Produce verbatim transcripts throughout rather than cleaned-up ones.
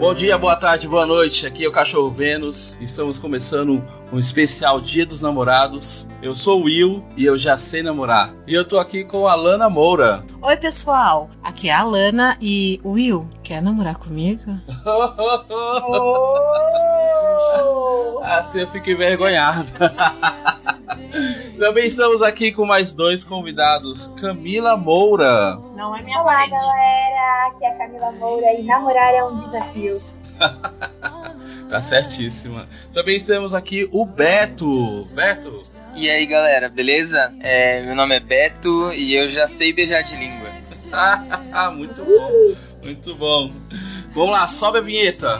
Bom dia, boa tarde, boa noite, aqui é o Cachorro Vênus. Estamos começando um especial Dia dos Namorados. Eu sou o Will e eu já sei namorar. E eu tô aqui com a Alana Moura. Oi pessoal, aqui é a Alana e o Will, quer namorar comigo? Oh! Assim eu fico envergonhado. Também estamos aqui com mais dois convidados, Camila Moura. Não é minha Olá, frente. galera, aqui é a Camila Moura e namorar é um desafio. Tá certíssima. Também estamos aqui o Beto. Beto. E aí, galera, beleza? É, meu nome é Beto e eu já sei beijar de língua. Muito bom, muito bom. Vamos lá, sobe a vinheta.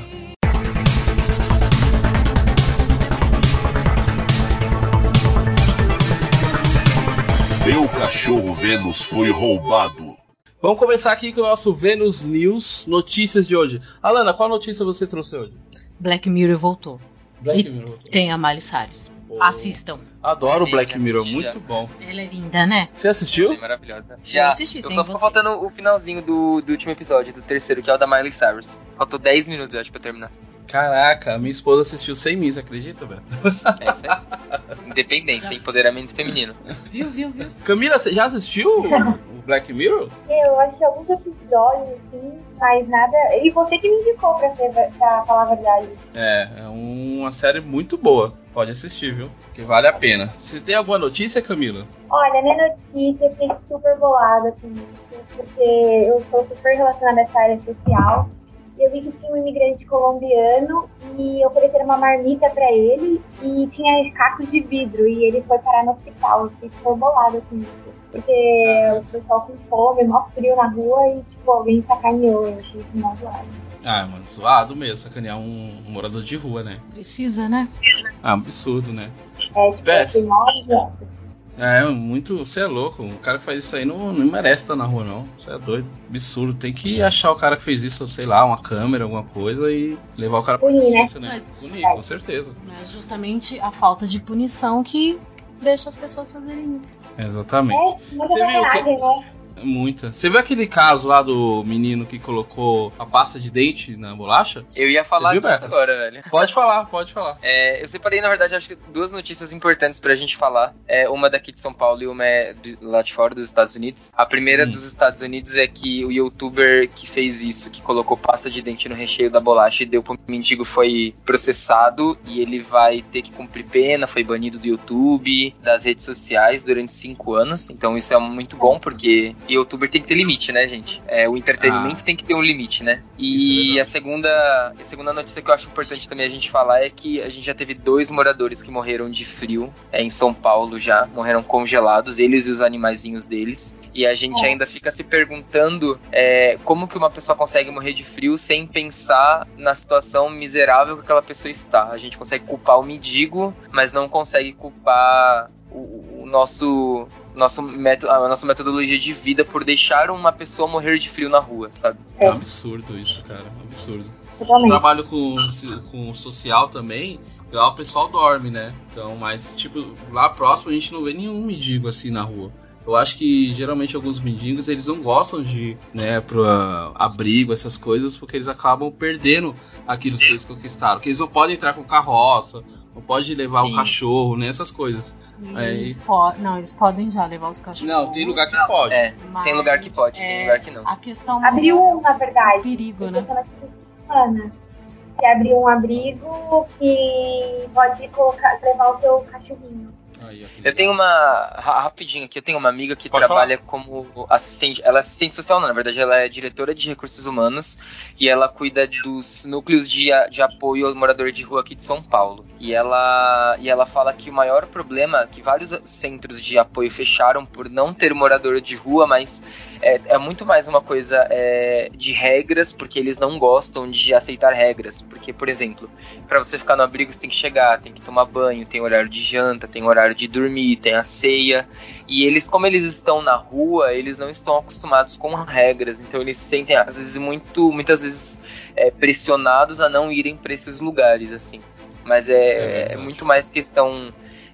Meu cachorro Vênus foi roubado. Vamos começar aqui com o nosso Vênus News, notícias de hoje. Alana, qual notícia você trouxe hoje? Black Mirror voltou. Black e Mirror voltou. Tem a Miley Cyrus. Oh. Assistam. Adoro o Sim, Black já Mirror, assisti, muito já. bom. Ela é linda, né? Você assistiu? É maravilhosa. Eu Já, assisti, eu sem só você. ficou faltando o finalzinho do, do último episódio, do terceiro, que é o da Miley Cyrus. Faltou dez minutos, eu acho, pra terminar. Caraca, minha esposa assistiu sem mim, você acredita, velho? É isso aí. Independência, empoderamento feminino. Viu, viu, viu? Camila, você já assistiu o Black Mirror? Eu assisti alguns episódios, assim, mas nada... E você que me indicou, pra, ser, pra falar a verdade. É, é uma série muito boa. Pode assistir, viu? Que vale a pena. Você tem alguma notícia, Camila? Olha, minha notícia, eu fiquei super bolada com isso, porque eu sou super relacionada a essa área social. E eu vi que tinha um imigrante colombiano e ofereceram uma marmita pra ele e tinha cacos de vidro e ele foi parar no hospital. Eu fiquei super bolada com isso. Porque o pessoal com fome, mó frio na rua e tipo, alguém sacaneou. Eu achei isso mó zoado. Ah, mano, zoado mesmo, sacanear um, um morador de rua, né? Precisa, né? Ah, um absurdo, né? É, tipo, Beth. assim, mó zoado. É, muito, você é louco, um cara que faz isso aí não, não merece estar na rua, não. Você é doido, absurdo. Tem que achar o cara que fez isso, sei lá, uma câmera, alguma coisa e levar o cara pra Punir, justiça, né? né? Punir, com certeza. Mas justamente a falta de punição que deixa as pessoas fazerem isso. Exatamente. É, muita Você viu que- sacanagem, né? Muita. Você viu aquele caso lá do menino que colocou a pasta de dente na bolacha? Eu ia falar Você viu, disso Beto? agora, velho. Pode falar, pode falar. É, eu separei, na verdade, acho que duas notícias importantes pra gente falar. É, uma daqui de São Paulo e uma é de, lá de fora, dos Estados Unidos. A primeira Hum. dos Estados Unidos é que o youtuber que fez isso, que colocou pasta de dente no recheio da bolacha e deu pro mendigo, foi processado e ele vai ter que cumprir pena, foi banido do YouTube, das redes sociais durante cinco anos. Então isso é muito bom, porque youtuber tem que ter limite, né, gente? É, o entretenimento Ah. tem que ter um limite, né? Isso é E verdade. a segunda, a segunda notícia que eu acho importante também a gente falar é que a gente já teve dois moradores que morreram de frio é, em São Paulo já, morreram congelados, eles e os animaizinhos deles. E a gente É. ainda fica se perguntando é, como que uma pessoa consegue morrer de frio sem pensar na situação miserável que aquela pessoa está. A gente consegue culpar o mendigo, mas não consegue culpar o, o nosso... Nosso método, a nossa metodologia de vida por deixar uma pessoa morrer de frio na rua, sabe? É um absurdo isso, cara. Um absurdo. Eu Totalmente. trabalho com, com social também, e lá o pessoal dorme, né? Então, mas, tipo, lá próximo a gente não vê nenhum mendigo assim na rua. Eu acho que geralmente alguns mendigos eles não gostam de ir, né, pro uh, abrigo, essas coisas, porque eles acabam perdendo aquilo que eles conquistaram. Porque eles não podem entrar com carroça, não pode levar Sim. o cachorro, né, essas coisas. E Aí- fo- Não, eles podem já levar os cachorros. Não, tem lugar que pode. É, mas tem lugar que pode, tem é, lugar que não. A questão Abriu maior um, na é o verdade. perigo, Eu né? tô falando essa semana. Que abriu um abrigo que pode colocar, levar o seu cachorrinho. Aí, ó, Eu tenho uma. ra- Rapidinho aqui, eu tenho uma amiga que Pode trabalha como assistente. Ela é assistente social, não, na verdade, ela é diretora de recursos humanos e ela cuida dos núcleos de, a- de apoio ao morador de rua aqui de São Paulo. E ela, e ela fala que o maior problema é que vários centros de apoio fecharam por não ter morador de rua, mas é, é muito mais uma coisa é, de regras, porque eles não gostam de aceitar regras. Porque, por exemplo, para você ficar no abrigo você tem que chegar, tem que tomar banho, tem horário de janta, tem horário de dormir, tem a ceia. E eles, como eles estão na rua, eles não estão acostumados com regras, então eles se sentem às vezes muito, muitas vezes é, pressionados a não irem para esses lugares, assim. Mas é, É é muito mais questão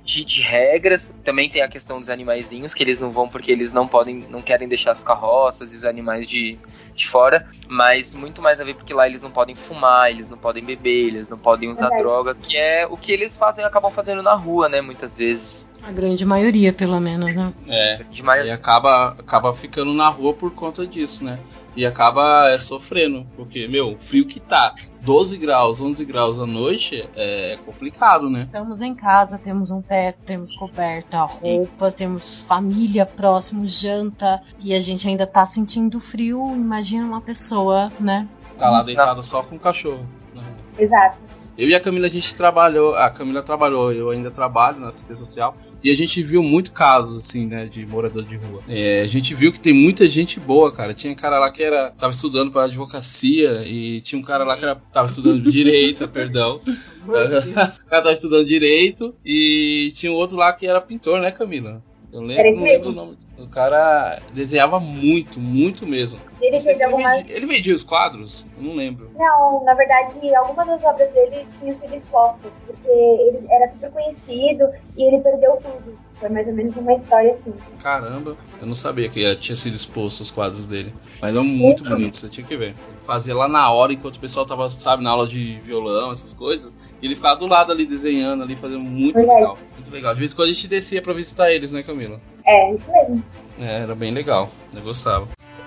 de, de regras. Também tem a questão dos animaizinhos, que eles não vão porque eles não podem, não querem deixar as carroças e os animais de, de fora, mas muito mais a ver porque lá eles não podem fumar, eles não podem beber, eles não podem usar Verdade. droga, que é o que eles fazem, acabam fazendo na rua, né, muitas vezes. A grande maioria, pelo menos, né? É, De maior... e acaba, acaba ficando na rua por conta disso, né? E acaba é, sofrendo, porque, meu, o frio que tá, doze graus, onze graus à noite, é complicado, né? Estamos em casa, temos um teto, temos coberta, roupas, temos família próximo, janta, e a gente ainda tá sentindo frio. Imagina uma pessoa, né? Tá lá deitado só com o cachorro. Exato. Eu e a Camila, a gente trabalhou, a Camila trabalhou, eu ainda trabalho na assistência social, e a gente viu muito casos, assim, né, de morador de rua. É, a gente viu que tem muita gente boa, cara. Tinha cara lá que era, tava estudando pra advocacia, e tinha um cara lá que era, tava estudando direito, perdão. O cara tava estudando direito, e tinha um outro lá que era pintor, né, Camila? Eu lembro, não lembro o nome. O cara desenhava muito, muito mesmo. Ele Não sei fez se ele, algumas... vendia, ele vendia os quadros? Eu não lembro. Não, na verdade, algumas das obras dele tinham sido expostas, porque ele era super conhecido e ele perdeu tudo. Foi mais ou menos uma história assim. Caramba, eu não sabia que tinha sido exposto os quadros dele. Mas é muito bonito, você tinha que ver. Ele fazia lá na hora, enquanto o pessoal tava, sabe, na aula de violão, essas coisas. E ele ficava do lado ali, desenhando ali, fazendo muito Verdade. legal. Muito legal. De vez em quando a gente descia pra visitar eles, né, Camila? É, isso mesmo. É, era bem legal. Eu gostava.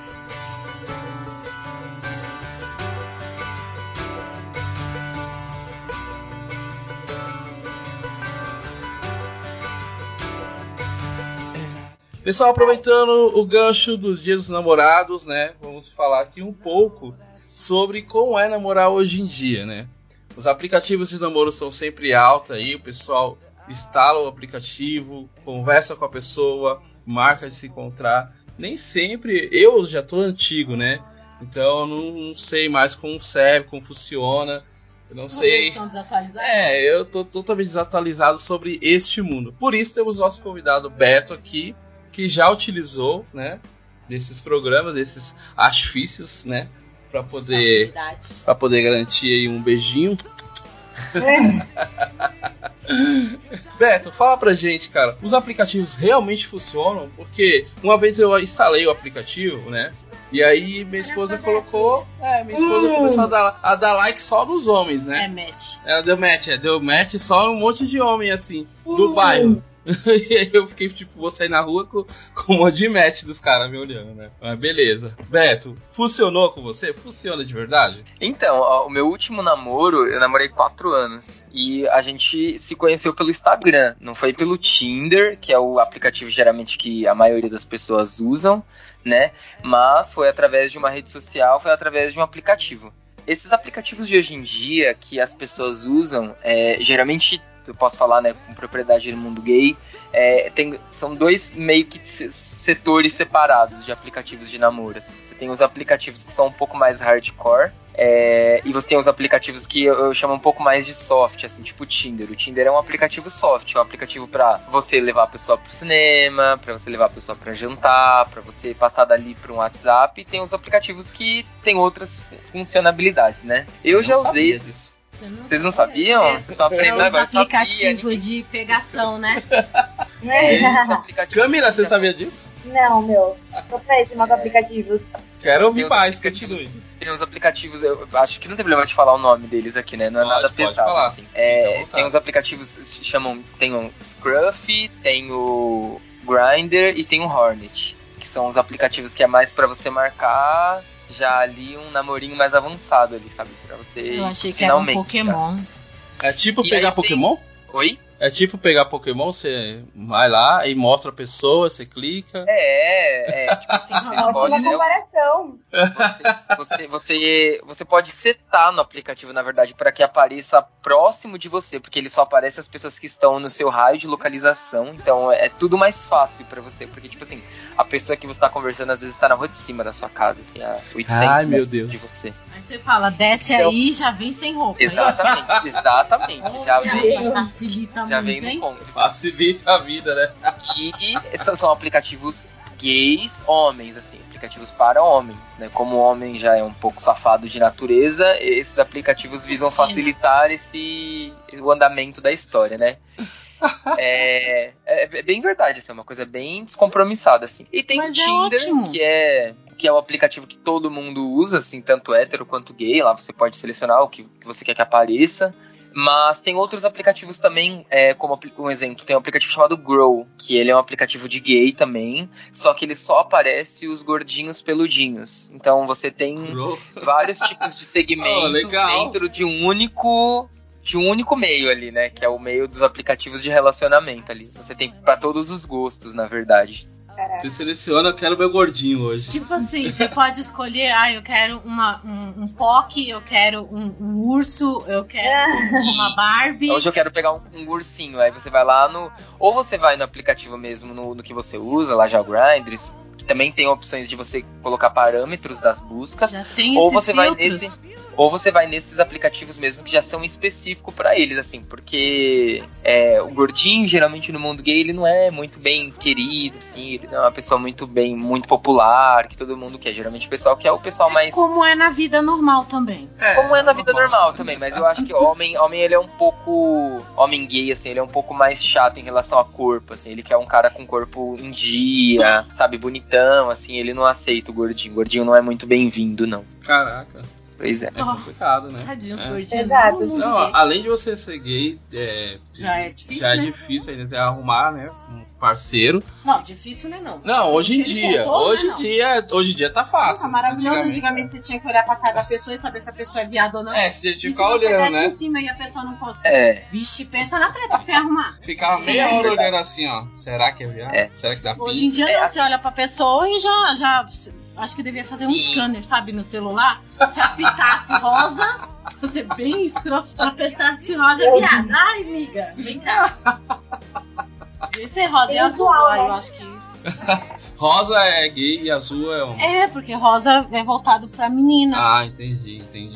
Pessoal, aproveitando o gancho dos Dias dos Namorados, né, vamos falar aqui um pouco sobre como é namorar hoje em dia, né? Os aplicativos de namoro estão sempre alta aí, o pessoal instala o aplicativo, conversa com a pessoa, marca de se encontrar. Nem sempre, eu já tô antigo, né? Então eu não, não sei mais como serve, como funciona. Eu não sei. Estão desatualizados? É, eu tô totalmente desatualizado sobre este mundo. Por isso temos nosso convidado Beto aqui, que já utilizou, né, desses programas, desses artifícios, né, para poder para poder garantir aí um beijinho. Beto, fala pra gente, cara, os aplicativos realmente funcionam? Porque uma vez eu instalei o aplicativo, né, e aí minha esposa colocou, é, minha esposa hum. começou a dar, a dar like só nos homens, né? É match. Ela deu match, é, deu match só um monte de homem, assim, do hum. bairro. E aí eu fiquei tipo, vou sair na rua com, com um monte de match dos caras me olhando, né? Mas beleza. Beto, funcionou com você? Funciona de verdade? Então, ó, o meu último namoro, eu namorei quatro anos. E a gente se conheceu pelo Instagram. Não foi pelo Tinder, que é o aplicativo geralmente que a maioria das pessoas usam, né? Mas foi através de uma rede social, foi através de um aplicativo. Esses aplicativos de hoje em dia que as pessoas usam, é, geralmente... eu posso falar, né, com propriedade no mundo gay, é, tem, são dois meio que setores separados de aplicativos de namoro. Assim. Você tem os aplicativos que são um pouco mais hardcore, é, e você tem os aplicativos que eu, eu chamo um pouco mais de soft, assim, tipo o Tinder. O Tinder é um aplicativo soft, é um aplicativo pra você levar a pessoa pro cinema, pra você levar a pessoa pra jantar, pra você passar dali pra um WhatsApp, e tem os aplicativos que tem outras funcionalidades, né? Eu, eu já usei esses. Vocês não sabiam? É, Vocês estão aprendendo é agora. aplicativo sabia, de pegação, né? é, Camila, você sabia disso? Não, meu. Tô péssima com aplicativos. Quero ouvir mais, continue. Tem uns aplicativos, eu acho que não tem problema de falar o nome deles aqui, né? Não é pode, nada pode pesado, falar. assim. É, tem uns aplicativos que chamam, tem o Scruff, tem o Grindr e tem o Hornet. Que são os aplicativos que é mais pra você marcar... já ali um namorinho mais avançado ali, sabe? Pra você eu achei que finalmente, eram Pokémons. É tipo e pegar Pokémon? Tem... Oi? É tipo pegar Pokémon, você vai lá e mostra a pessoa, você clica. É, é, tipo assim, você Ótima pode... comparação. Você, você, você, você pode setar no aplicativo, na verdade, para que apareça próximo de você, porque ele só aparece as pessoas que estão no seu raio de localização, então é tudo mais fácil para você, porque, tipo assim, a pessoa que você tá conversando às vezes tá na rua de cima da sua casa, assim, a oitocentos Ai, meu Deus. de você. Aí você fala, desce então, aí e já vem sem roupa. Exatamente, exatamente, já vem... Facilita já muito, vem no hein? ponto. Facilita a vida, né? E são, são aplicativos gays, homens, assim, aplicativos para homens, né? Como o homem já é um pouco safado de natureza, esses aplicativos visam Sim. facilitar esse, o andamento da história, né? é, é, é bem verdade, assim, é uma coisa bem descompromissada, assim. E tem Mas o Tinder, é que é... que é o aplicativo que todo mundo usa, assim, tanto hétero quanto gay. Lá você pode selecionar o que, que você quer que apareça. Mas tem outros aplicativos também, é, como um exemplo, tem um aplicativo chamado Grow, que ele é um aplicativo de gay também, só que ele só aparece os gordinhos peludinhos. Então você tem Grow. vários tipos de segmentos Oh, legal. dentro de um único... de um único meio ali, né? Que é o meio dos aplicativos de relacionamento ali. Você tem pra todos os gostos, na verdade. Você seleciona, eu quero meu gordinho hoje. Tipo assim, você pode escolher, ah, eu quero uma, um, um P O C, eu quero um, um urso, eu quero uma Barbie. Hoje eu quero pegar um, um ursinho, aí você vai lá no... Ou você vai no aplicativo mesmo, no, no que você usa, lá já o Grindr, que também tem opções de você colocar parâmetros das buscas. Já tem ou esses você vai filtros. nesse Ou você vai nesses aplicativos mesmo que já são específicos pra eles, assim, porque é, o gordinho, geralmente no mundo gay, ele não é muito bem querido, assim, ele não é uma pessoa muito bem, muito popular, que todo mundo quer. Geralmente o pessoal quer o pessoal mais... Como é na vida normal também. É, Como é na vida normal também, mas eu acho que homem, homem ele é um pouco... Homem gay, assim, ele é um pouco mais chato em relação a corpo, assim. Ele quer um cara com corpo em dia, sabe, bonitão, assim. Ele não aceita o gordinho. O gordinho não é muito bem-vindo, não. Caraca. Pois é. É complicado, né? Tadinhos, É. gordinhos. Exato. Não, além de você ser gay, é, Já é difícil, já é né? difícil ainda arrumar, né, um parceiro. Não, difícil não é não. Não, hoje em Ele dia, contou, hoje né, em dia, hoje em dia tá fácil. Nossa, maravilhoso. Antigamente você tinha que olhar pra cara da pessoa e saber se a pessoa é viado ou não. É, você tinha E que se ficar você olhando, desce né? em cima e a pessoa não consegue. É. Vixe, pensa na treta que você ia arrumar. Ficava Sim, meia é hora verdade. olhando assim, ó. Será que é viado? É. Será que dá Hoje em fim? dia É, não, assim- você olha pra pessoa e já, já acho que devia fazer um Sim. scanner, sabe, no celular. Se apitasse rosa, você bem escroto, apertasse rosa, é viado. Ai, amiga, vem cá. Esse é rosa e Tem azul, visual, ó, né? eu acho que... Rosa é gay e azul é homem. É, porque rosa é voltado pra menina. Ah, entendi, entendi.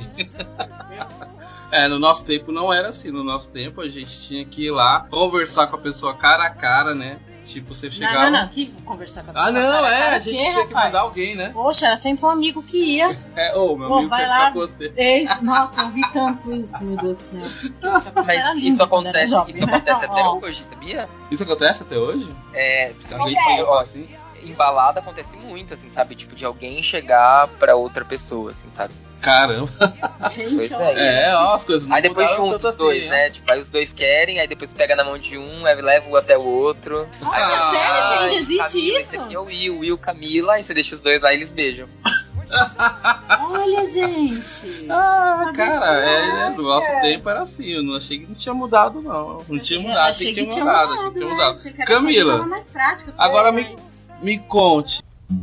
É, no nosso tempo não era assim. No nosso tempo a gente tinha que ir lá conversar com a pessoa cara a cara, né? Tipo, você Não, chegava... não, não, que conversar com a pessoa. Ah, não, cara, é, cara, a gente quê, tinha que rapaz? mandar alguém, né? Poxa, era sempre um amigo que ia. É, ô, meu Ô, amigo vai quer lá. ficar com você. É isso. Nossa, eu vi tanto isso, meu Deus do céu. Essa pessoa era Mas linda isso quando era acontece, jovem, isso né? acontece até Ó, hoje, sabia? Isso acontece até hoje? É, Alguém Acontece. chega e fala assim? em balada acontece muito, assim, sabe? Tipo, de alguém chegar pra outra pessoa, assim, sabe? Caramba. Gente, Pois olha. é. É, ó, as coisas não Aí depois mudaram junta tanto os dois, assim, né? Tipo, aí os dois querem, aí depois pega na mão de um, aí leva um até o outro. Olha, Ah, sério que ainda existe Camila, isso? esse aqui é o Will, Will, Camila, aí você deixa os dois lá e eles beijam. Olha, gente. Ah, cara, disso, é, não. é, no nosso tempo era assim, eu não achei que não tinha mudado, não. Não tinha Eu mudado, achei achei que que tinha tinha mudado, achei que tinha né? mudado. Achei que era coisa que Camila, tava mais prática, agora mas- me, me conte.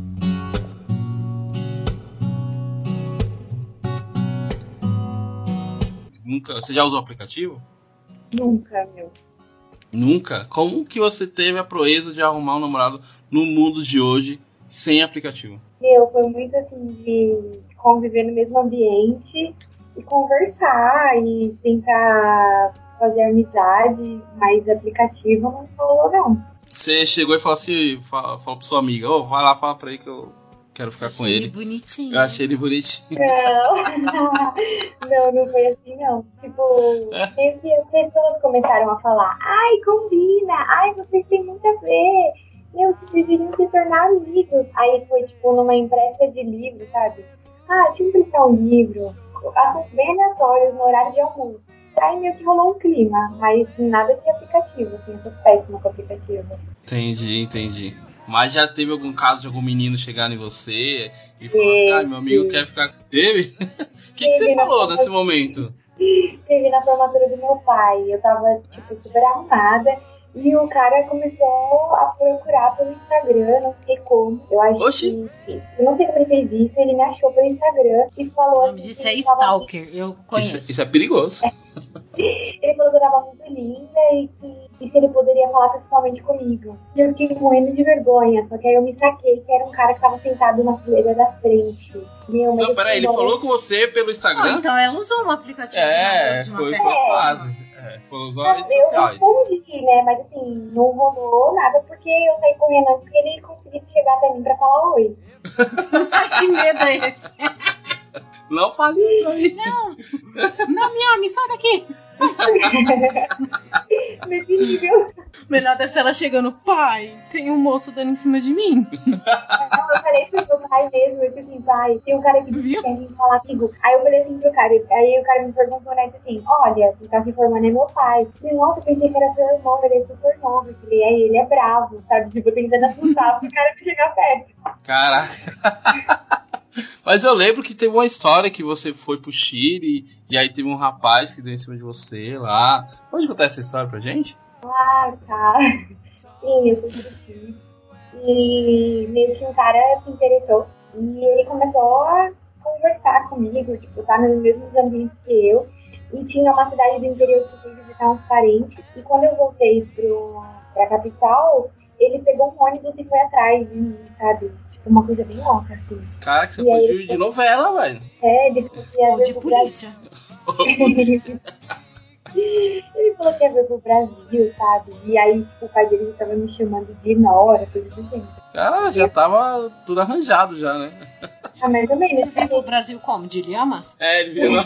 Nunca, você já usou o aplicativo? Nunca, meu. Nunca? Como que você teve a proeza de arrumar um namorado no mundo de hoje sem aplicativo? Meu, foi muito assim de conviver no mesmo ambiente e conversar e tentar fazer amizade, mas aplicativo não falou não. Você chegou e falou assim, falou, falou pra sua amiga, ô, vai lá, fala pra ele que eu quero ficar com Achei ele. bonitinho. Eu achei ele bonitinho. Não, não, não foi assim não. Tipo, sempre as pessoas começaram a falar, ai, combina, ai, vocês têm muito a ver, meu, vocês deveriam se tornar amigos. Aí foi tipo numa empresta de livro, sabe? Ah, deixa eu emprestar um livro, assuntos bem aleatórios no horário de almoço. Aí meio que rolou um clima, mas nada de aplicativo, assim, eu sou péssima com aplicativo. Entendi, entendi. Mas já teve algum caso de algum menino chegar em você e falar assim, ah, meu amigo quer ficar... Teve? O que, que você Teve, falou na- nesse momento? Teve na formatura do meu pai, eu tava, tipo, super arrumada, e o cara começou a procurar pelo Instagram, não sei como. Eu acho Oxi. que... Eu não sei como ele fez isso, ele me achou pelo Instagram e falou... O nome assim, disso que é eu tava- stalker, eu conheço. Isso, isso é perigoso. Ele falou que eu tava muito linda e que e se ele poderia falar pessoalmente comigo. E eu fiquei morrendo de vergonha, só que aí eu me saquei que era um cara que tava sentado na fileira da frente. Meu, mas Não, eu peraí, ele fiquei falou com você pelo Ah, Instagram? então ela usou um aplicativo. É, de uma foi, certa foi forma. quase. É, foi usar as redes Eu sociais. respondi, né? Mas assim, não rolou nada porque eu saí correndo antes que ele conseguisse chegar até mim pra falar oi. Ai, que medo é esse? Não fale isso aí. Não, não, Miami, sai daqui. Nesse incrível. Melhor dessa ela chegando, pai, tem um moço dando em cima de mim. Não, eu falei pro meu pai mesmo, eu disse assim, pai, tem um cara que disse que quer vir falar comigo. Aí eu falei assim pro cara, aí o cara me perguntou, né, assim, olha, quem tá se informando é meu pai. Eu falei, nossa, eu pensei que era seu irmão, ele é super novo. Eu falei, aí ele é bravo, sabe, tipo, tentando assustar pro cara me chegar perto. Caraca. Mas eu lembro que teve uma história que você foi pro Chile e aí teve um rapaz que deu em cima de você lá. Pode contar essa história pra gente? Ah, tá. Sim, eu fui pro Chile. E meio que um cara se interessou e ele começou a conversar comigo, tipo, tá nos mesmos ambientes que eu. E tinha uma cidade do interior que eu fui visitar uns parentes. E quando eu voltei pro, pra capital, ele pegou um ônibus e foi atrás de mim, sabe? Uma coisa bem louca, assim. Cara, que você E aí, fugiu de novela, velho. É, ele falou que ia Ou ver de pro polícia. Brasil. Ele falou que ia ver pro Brasil, sabe? E aí, tipo, o pai dele tava me chamando de Nora, coisa do gênero. Cara, já tava tudo arranjado já, né? Ah, mas também, né? É pro Brasil como? De Lhama? É, ele virou...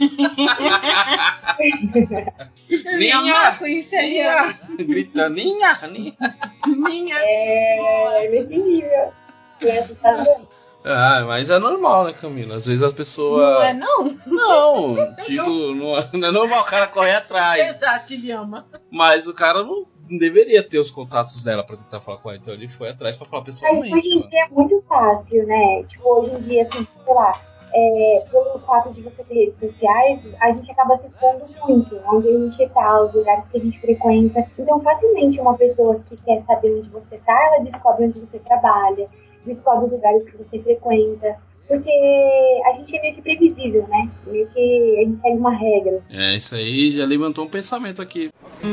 Ninha! Conheci a Lhama. Grita, Ninha, Ninha. Minha. É, nesse nível. E é assustador. Ah, mas é normal, né, Camila? Às vezes a pessoa... Não é não? Não, digo, não é, não é normal o cara correr atrás. Exato, Lhama. Mas o cara não, não deveria ter os contatos dela pra tentar falar com ela. Então ele foi atrás pra falar Mas pessoalmente. hoje em Né? dia é muito fácil, né? Tipo, hoje em dia, assim, sei lá, é, pelo fato de você ter redes sociais, a gente acaba se expondo muito, onde a gente tá, os lugares que a gente frequenta. Então, facilmente uma pessoa que quer saber onde você tá, ela descobre onde você trabalha, descobre os lugares que você frequenta. Porque a gente é meio que previsível, né? Meio que a gente segue uma regra. É, isso aí já levantou um pensamento aqui.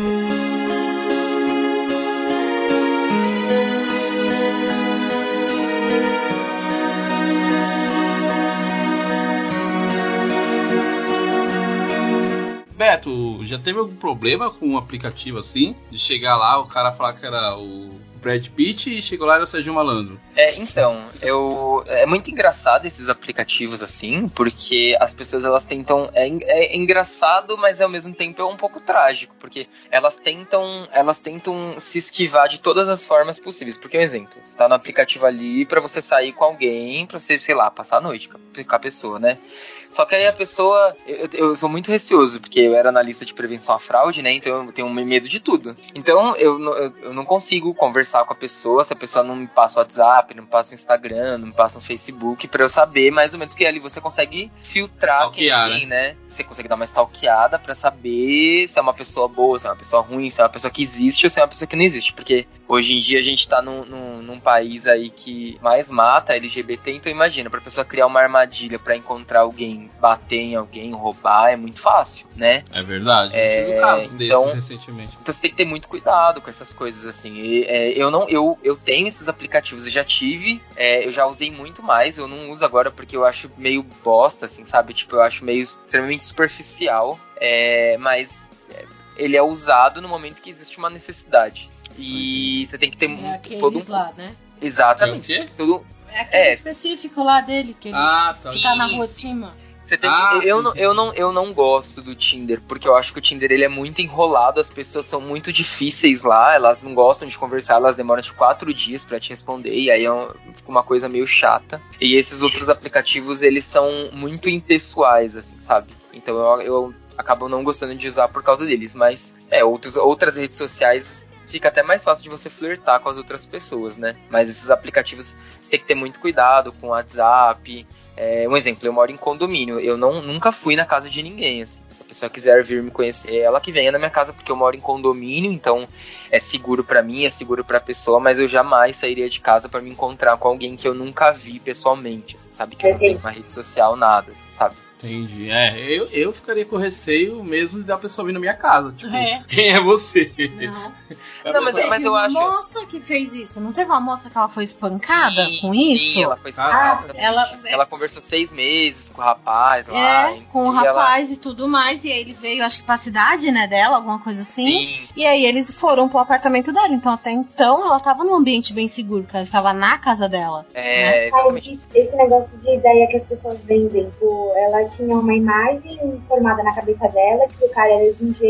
Beto, já teve algum problema com um aplicativo assim? De chegar lá, o cara falar que era o Brad Pitt e chegou lá e era o Sérgio Malandro? É, então, eu é muito engraçado esses aplicativos assim, porque as pessoas elas tentam é, é engraçado, mas ao mesmo tempo é um pouco trágico, porque elas tentam elas tentam se esquivar de todas as formas possíveis. Porque um exemplo, você tá no aplicativo ali pra você sair com alguém, pra você, sei lá, passar a noite com a pessoa, né? Só que aí a pessoa... Eu, eu sou muito receoso, porque eu era analista de prevenção à fraude, né? Então eu tenho medo de tudo. Então eu, eu, eu não consigo conversar com a pessoa se a pessoa não me passa o WhatsApp, não me passa o Instagram, não me passa o Facebook, pra eu saber mais ou menos que ali você consegue filtrar Stalkear, quem tem, né? Você consegue dar uma stalkeada pra saber se é uma pessoa boa, se é uma pessoa ruim, se é uma pessoa que existe ou se é uma pessoa que não existe. Porque hoje em dia a gente tá num, num, num país aí que mais mata L G B T, então imagina, pra pessoa criar uma armadilha pra encontrar alguém, bater em alguém, roubar, é muito fácil, né? É verdade, É, eu tive casos então- desses recentemente. Então você tem que ter muito cuidado com essas coisas, assim. E, é, eu não, eu, eu tenho esses aplicativos, eu já tive, é, eu já usei muito mais, eu não uso agora porque eu acho meio bosta, assim, sabe? Tipo, eu acho meio extremamente superficial, é, mas é, ele é usado no momento que existe uma necessidade. E você tem que ter É muito, aqueles todo um... lá, né? Exatamente. É o quê? Todo, É aquele É. específico lá dele, que ele Ah, tá. tá na rua de cima. Você tem Ah, que, eu, sim, não, sim. eu, não, eu não gosto do Tinder, porque eu acho que o Tinder ele é muito enrolado, as pessoas são muito difíceis lá, elas não gostam de conversar, elas demoram de quatro dias pra te responder, e aí é um, fica uma coisa meio chata. E esses outros aplicativos, eles são muito impessoais, assim, sabe? Então eu, eu acabo não gostando de usar por causa deles, mas é, outros, outras redes sociais fica até mais fácil de você flertar com as outras pessoas, né? Mas esses aplicativos, você tem que ter muito cuidado com o WhatsApp. É, um exemplo, eu moro em condomínio, eu não, nunca fui na casa de ninguém, assim. Se a pessoa quiser vir me conhecer, ela que venha na minha casa, porque eu moro em condomínio, então é seguro pra mim, é seguro pra pessoa, mas eu jamais sairia de casa pra me encontrar com alguém que eu nunca vi pessoalmente, assim, sabe? Que eu não tenho uma rede social, nada, assim, sabe? Entendi. É, eu, eu ficaria com receio mesmo de a pessoa vir na minha casa. Tipo, É. quem é você? Não. A Não, mas- pessoa- mas eu uma acho- moça que fez isso. Não teve uma moça que ela foi espancada Sim, com isso? Sim, ela foi Ah, espancada. ela- ela conversou seis meses com o rapaz lá. É, com o e ela- rapaz e tudo mais. E aí ele veio, acho que pra cidade, né, dela, alguma coisa assim. Sim. E aí eles foram pro apartamento dela. Então até então ela tava num ambiente bem seguro, porque ela estava na casa dela. É, Aí, exatamente. esse negócio de ideia que as pessoas vendem, tipo, ela tinha uma imagem formada na cabeça dela, que o cara era de um jeito,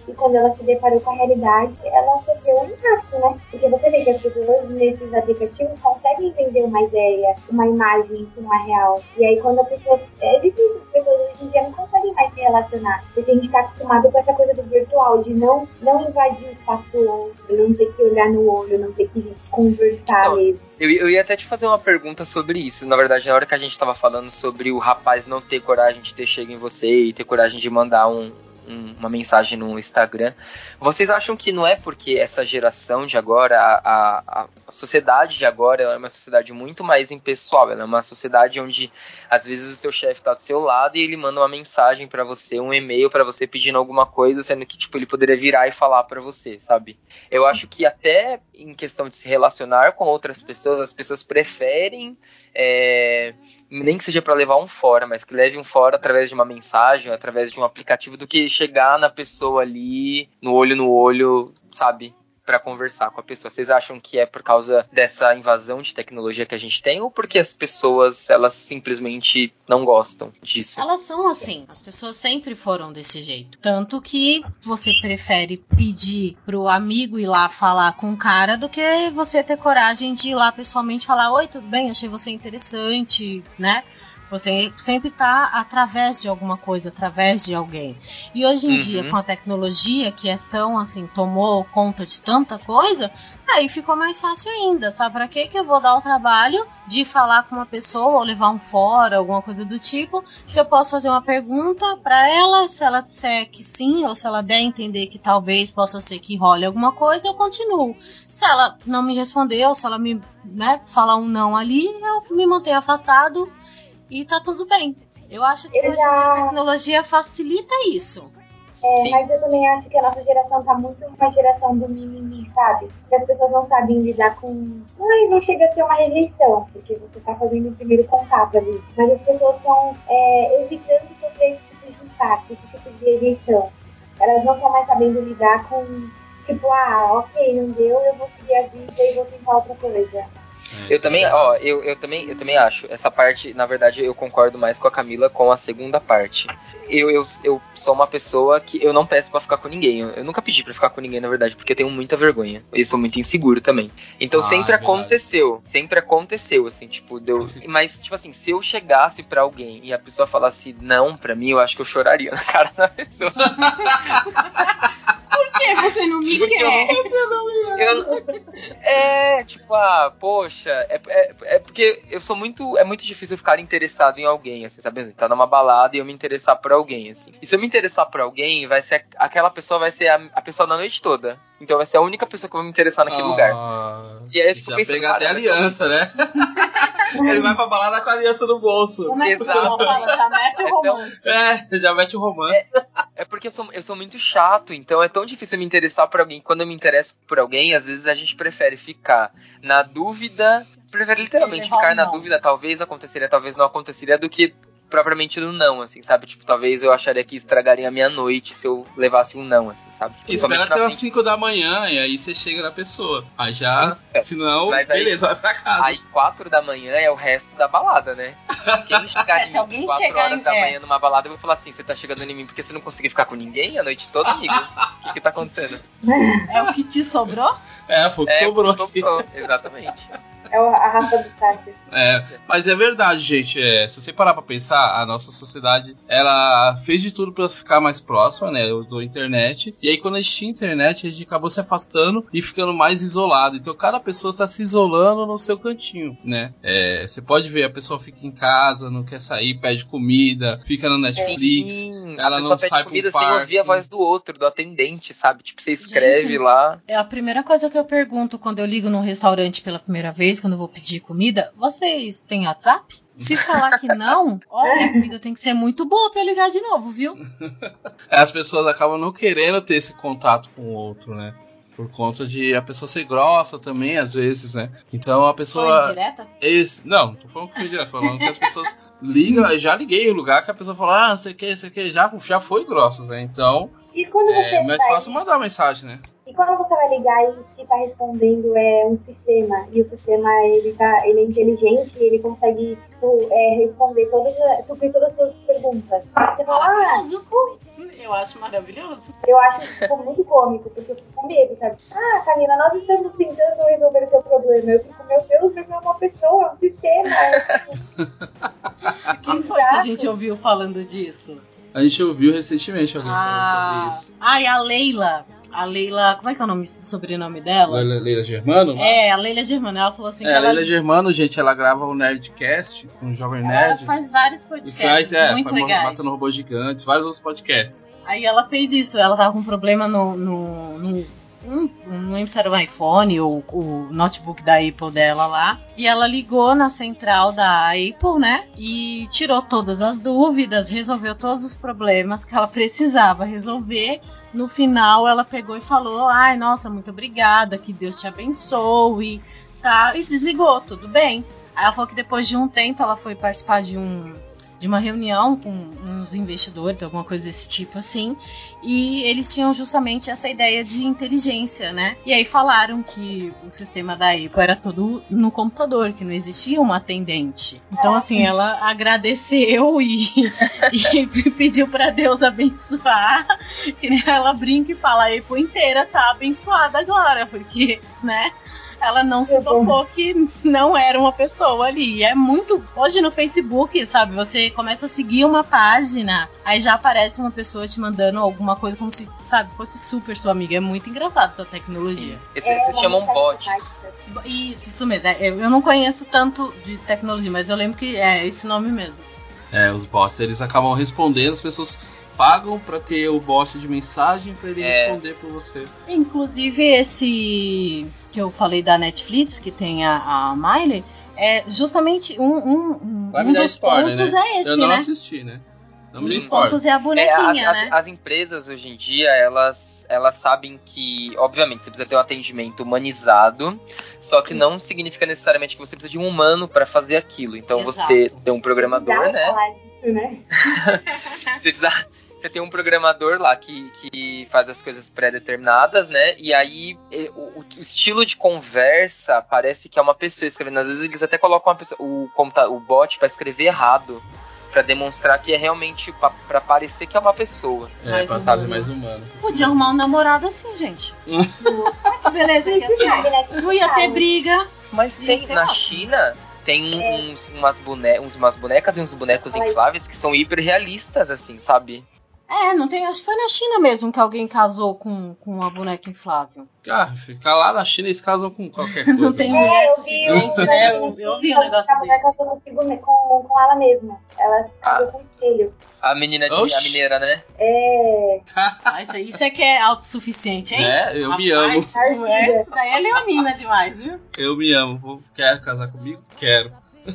e quando ela se deparou com a realidade, ela sofreu um impacto, né? Porque você vê que as pessoas nesses aplicativos conseguem vender uma ideia, uma imagem que não é real. E aí quando a pessoa... É difícil, as pessoas hoje em dia não conseguem mais se relacionar. Porque a gente tá acostumado com essa coisa do virtual, de não, não invadir o espaço do outro, não ter que olhar no olho, não ter que conversar então, mesmo. Eu, eu ia até te fazer uma pergunta sobre isso. Na verdade, na hora que a gente tava falando sobre o rapaz não ter coragem de ter chego em você e ter coragem de mandar um, um, uma mensagem no Instagram, vocês acham que não é porque essa geração de agora, a, a, a sociedade de agora é uma sociedade muito mais impessoal, ela é uma sociedade onde às vezes o seu chefe tá do seu lado e ele manda uma mensagem pra você, um e-mail pra você pedindo alguma coisa, sendo que tipo, ele poderia virar e falar pra você, sabe? Eu acho que até em questão de se relacionar com outras pessoas, as pessoas preferem, é, nem que seja pra levar um fora, mas que leve um fora através de uma mensagem, através de um aplicativo, do que chegar na pessoa ali, no olho no olho, sabe? Pra conversar com a pessoa. Vocês acham que é por causa dessa invasão de tecnologia que a gente tem, ou porque as pessoas, elas simplesmente não gostam disso? Elas são assim, as pessoas sempre foram desse jeito. Tanto que você prefere pedir pro amigo ir lá falar com o cara do que você ter coragem de ir lá pessoalmente e falar: oi, tudo bem, achei você interessante, né? Você sempre está através de alguma coisa, através de alguém. E hoje em uhum. dia, com a tecnologia, que é tão assim, tomou conta de tanta coisa, aí ficou mais fácil ainda. Sabe pra quê que eu vou dar o trabalho de falar com uma pessoa ou levar um fora, alguma coisa do tipo, se eu posso fazer uma pergunta pra ela, se ela disser que sim, ou se ela der a entender que talvez possa ser que role alguma coisa, eu continuo. Se ela não me responder, ou se ela me né, falar um não ali, eu me mantenho afastado. E tá tudo bem. Eu acho que hoje já... a tecnologia facilita isso. É, mas eu também acho que a nossa geração tá muito uma geração do mimimi, sabe? Que as pessoas não sabem lidar com... Não, não chega a ser uma rejeição, porque você tá fazendo o primeiro contato ali. Mas as pessoas estão é, evitando sofrer esse tipo de impacto, esse tipo de rejeição. Elas não estão mais sabendo lidar com... Tipo, ah, ok, não deu, eu vou seguir a vida e vou tentar outra coisa. Eu também, ó, eu, eu, também, eu também acho. Essa parte, na verdade, eu concordo mais com a Camila com a segunda parte. Eu, eu, eu sou uma pessoa que eu não peço pra ficar com ninguém. Eu, eu nunca pedi pra ficar com ninguém, na verdade, porque eu tenho muita vergonha. Eu sou muito inseguro também. Então ah, sempre é aconteceu. Sempre aconteceu, assim, tipo, deu. Mas, tipo assim, se eu chegasse pra alguém e a pessoa falasse não pra mim, eu acho que eu choraria na cara da pessoa. Por que você não me porque quer? Eu não, eu não, é, tipo, ah, poxa, é, é, é porque eu sou muito, é muito difícil eu ficar interessado em alguém, assim, sabe? Assim, tá numa balada e eu me interessar por alguém, assim. E se eu me interessar por alguém, vai ser, aquela pessoa vai ser a, a pessoa da noite toda. Então vai ser a única pessoa que eu vou me interessar naquele ah, lugar. E aí eu fico já pensando, pega até aliança, né? Ele vai pra balada com a aliança no bolso. Exato. Já mete o romance. É, já mete o romance. É, é porque eu sou, eu sou muito chato, então é tão difícil me interessar por alguém. Quando eu me interesso por alguém, às vezes a gente prefere ficar na dúvida, prefere literalmente ficar na dúvida, talvez aconteceria, talvez não aconteceria, do que propriamente no não, assim, sabe? Tipo, talvez eu acharia que estragaria a minha noite se eu levasse um não, assim, sabe? Espera até as cinco da manhã e aí você chega na pessoa. Aí já, é. senão, aí, beleza, vai pra casa. Aí quatro da manhã é o resto da balada, né? Quem chegar é, em mim quatro horas em... da manhã numa balada, eu vou falar assim, você tá chegando em mim porque você não conseguiu ficar com ninguém a noite toda, amigo? O que que tá acontecendo? É o que te sobrou? É, foi o que é, sobrou. sobrou. Exatamente. É a raça do Sácio. É, mas é verdade, gente. É, se você parar pra pensar, a nossa sociedade, ela fez de tudo pra ficar mais próxima, né? Usou a internet. E aí, quando a gente tinha internet, a gente acabou se afastando e ficando mais isolado. Então, cada pessoa está se isolando no seu cantinho, né? É, você pode ver, a pessoa fica em casa, não quer sair, pede comida, fica no Netflix. Sim, ela não sai pro comida parque. Sem ouvir a voz do outro, do atendente, sabe? Tipo, você escreve gente, lá. É a primeira coisa que eu pergunto quando eu ligo num restaurante pela primeira vez, quando eu vou pedir comida, vocês têm WhatsApp? Se falar que não, olha, a comida tem que ser muito boa pra eu ligar de novo, viu? As pessoas acabam não querendo ter esse contato com o outro, né? Por conta de a pessoa ser grossa também, às vezes, né? Então a pessoa... Foi indireta? Esse... Não, não tô falando que foi indireta, falando que as pessoas ligam, já liguei o lugar que a pessoa fala, ah, sei que, sei que, já, já foi grosso, né? Então, e quando você é mais fácil mandar uma mensagem, né? E quando você vai ligar e que está respondendo é um sistema, e o sistema ele, tá, ele é inteligente, ele consegue tipo, é, responder todas, suprir todas as suas perguntas. Você fala, ah, eu acho maravilhoso. Eu acho tipo, muito cômico, porque eu fico com medo, sabe? Ah, Karina, nós estamos tentando resolver o seu problema. Eu fico, meu Deus, você não é uma pessoa, é um sistema. Quem foi que a gente ouviu falando disso? A gente ouviu recentemente alguém ah, falando sobre isso. Ah, e a Leila. A Leila, como é que é o nome, o sobrenome dela? Leila, Leila Germano? É, a Leila Germano. Ela falou assim é, que a ela... Leila Germano, gente, ela grava o Nerdcast com o Jovem Nerd. Ela faz vários podcasts faz, é, muito faz legais. Matando Robôs Gigantes, vários outros podcasts. Aí ela fez isso, ela tava com um problema no... no, no um, não lembro se era o iPhone ou o notebook da Apple dela lá. E ela ligou na central da Apple, né? E tirou todas as dúvidas, resolveu todos os problemas que ela precisava resolver. No final ela pegou e falou, ai, nossa, muito obrigada, que Deus te abençoe, tá? E desligou, tudo bem. Aí ela falou que depois de um tempo ela foi participar de um... de uma reunião com uns investidores, alguma coisa desse tipo assim, e eles tinham justamente essa ideia de inteligência, né? E aí falaram que o sistema da Apple era todo no computador, que não existia uma atendente. Então, assim, ela agradeceu e, e pediu pra Deus abençoar, que ela brinca e fala, a Apple inteira tá abençoada agora, porque, né? Ela não se tocou que não era uma pessoa ali. E é muito... Hoje no Facebook, sabe? Você começa a seguir uma página, aí já aparece uma pessoa te mandando alguma coisa como se, sabe, fosse super sua amiga. É muito engraçado essa tecnologia. Esse, é, se chamam bots. Isso, isso mesmo. É, eu não conheço tanto de tecnologia, mas eu lembro que é esse nome mesmo. É, os bots, eles acabam respondendo, as pessoas pagam pra ter o bot de mensagem pra ele é. responder por você. Inclusive esse... que eu falei da Netflix, que tem a, a Miley, é justamente um, um, um dos spoiler, pontos né? é esse, eu não né? assisti, né? Não um dos pontos é a bonequinha, é, as, né? As, as empresas hoje em dia, elas, elas sabem que, obviamente, você precisa ter um atendimento humanizado, só que não significa necessariamente que você precisa de um humano para fazer aquilo. Então Exato. Você tem um programador, né? Falar disso, né? Você precisa... Você tem um programador lá que, que faz as coisas pré-determinadas, né? E aí o, o estilo de conversa parece que é uma pessoa escrevendo. Às vezes eles até colocam uma pessoa, o, o bot para escrever errado, para demonstrar que é realmente para parecer que é uma pessoa. É, mais pra fazer mais humano. Podia arrumar um namorado assim, gente. Que beleza que ia ter. Não ia ter briga. Mas tem, na ótimo. China... Tem é. uns, umas, bone- uns, umas bonecas e uns bonecos Ai. infláveis que são hiper realistas, assim, sabe? É, não tem. Acho que foi na China mesmo que alguém casou com, com uma boneca inflável. Ah, ficar lá na China eles casam com qualquer coisa. Não tem mulher suficiente, né? Eu, eu ouvi um negócio desse. A mulher com, com ela mesma. Ela casou ah. com o espelho. A menina, de, a mineira, né? É. Ah, isso, isso é que é autossuficiente, hein? É, eu Rapaz, me amo. É, isso daí é leonina demais, viu? Eu me amo. Quer casar comigo? Quero.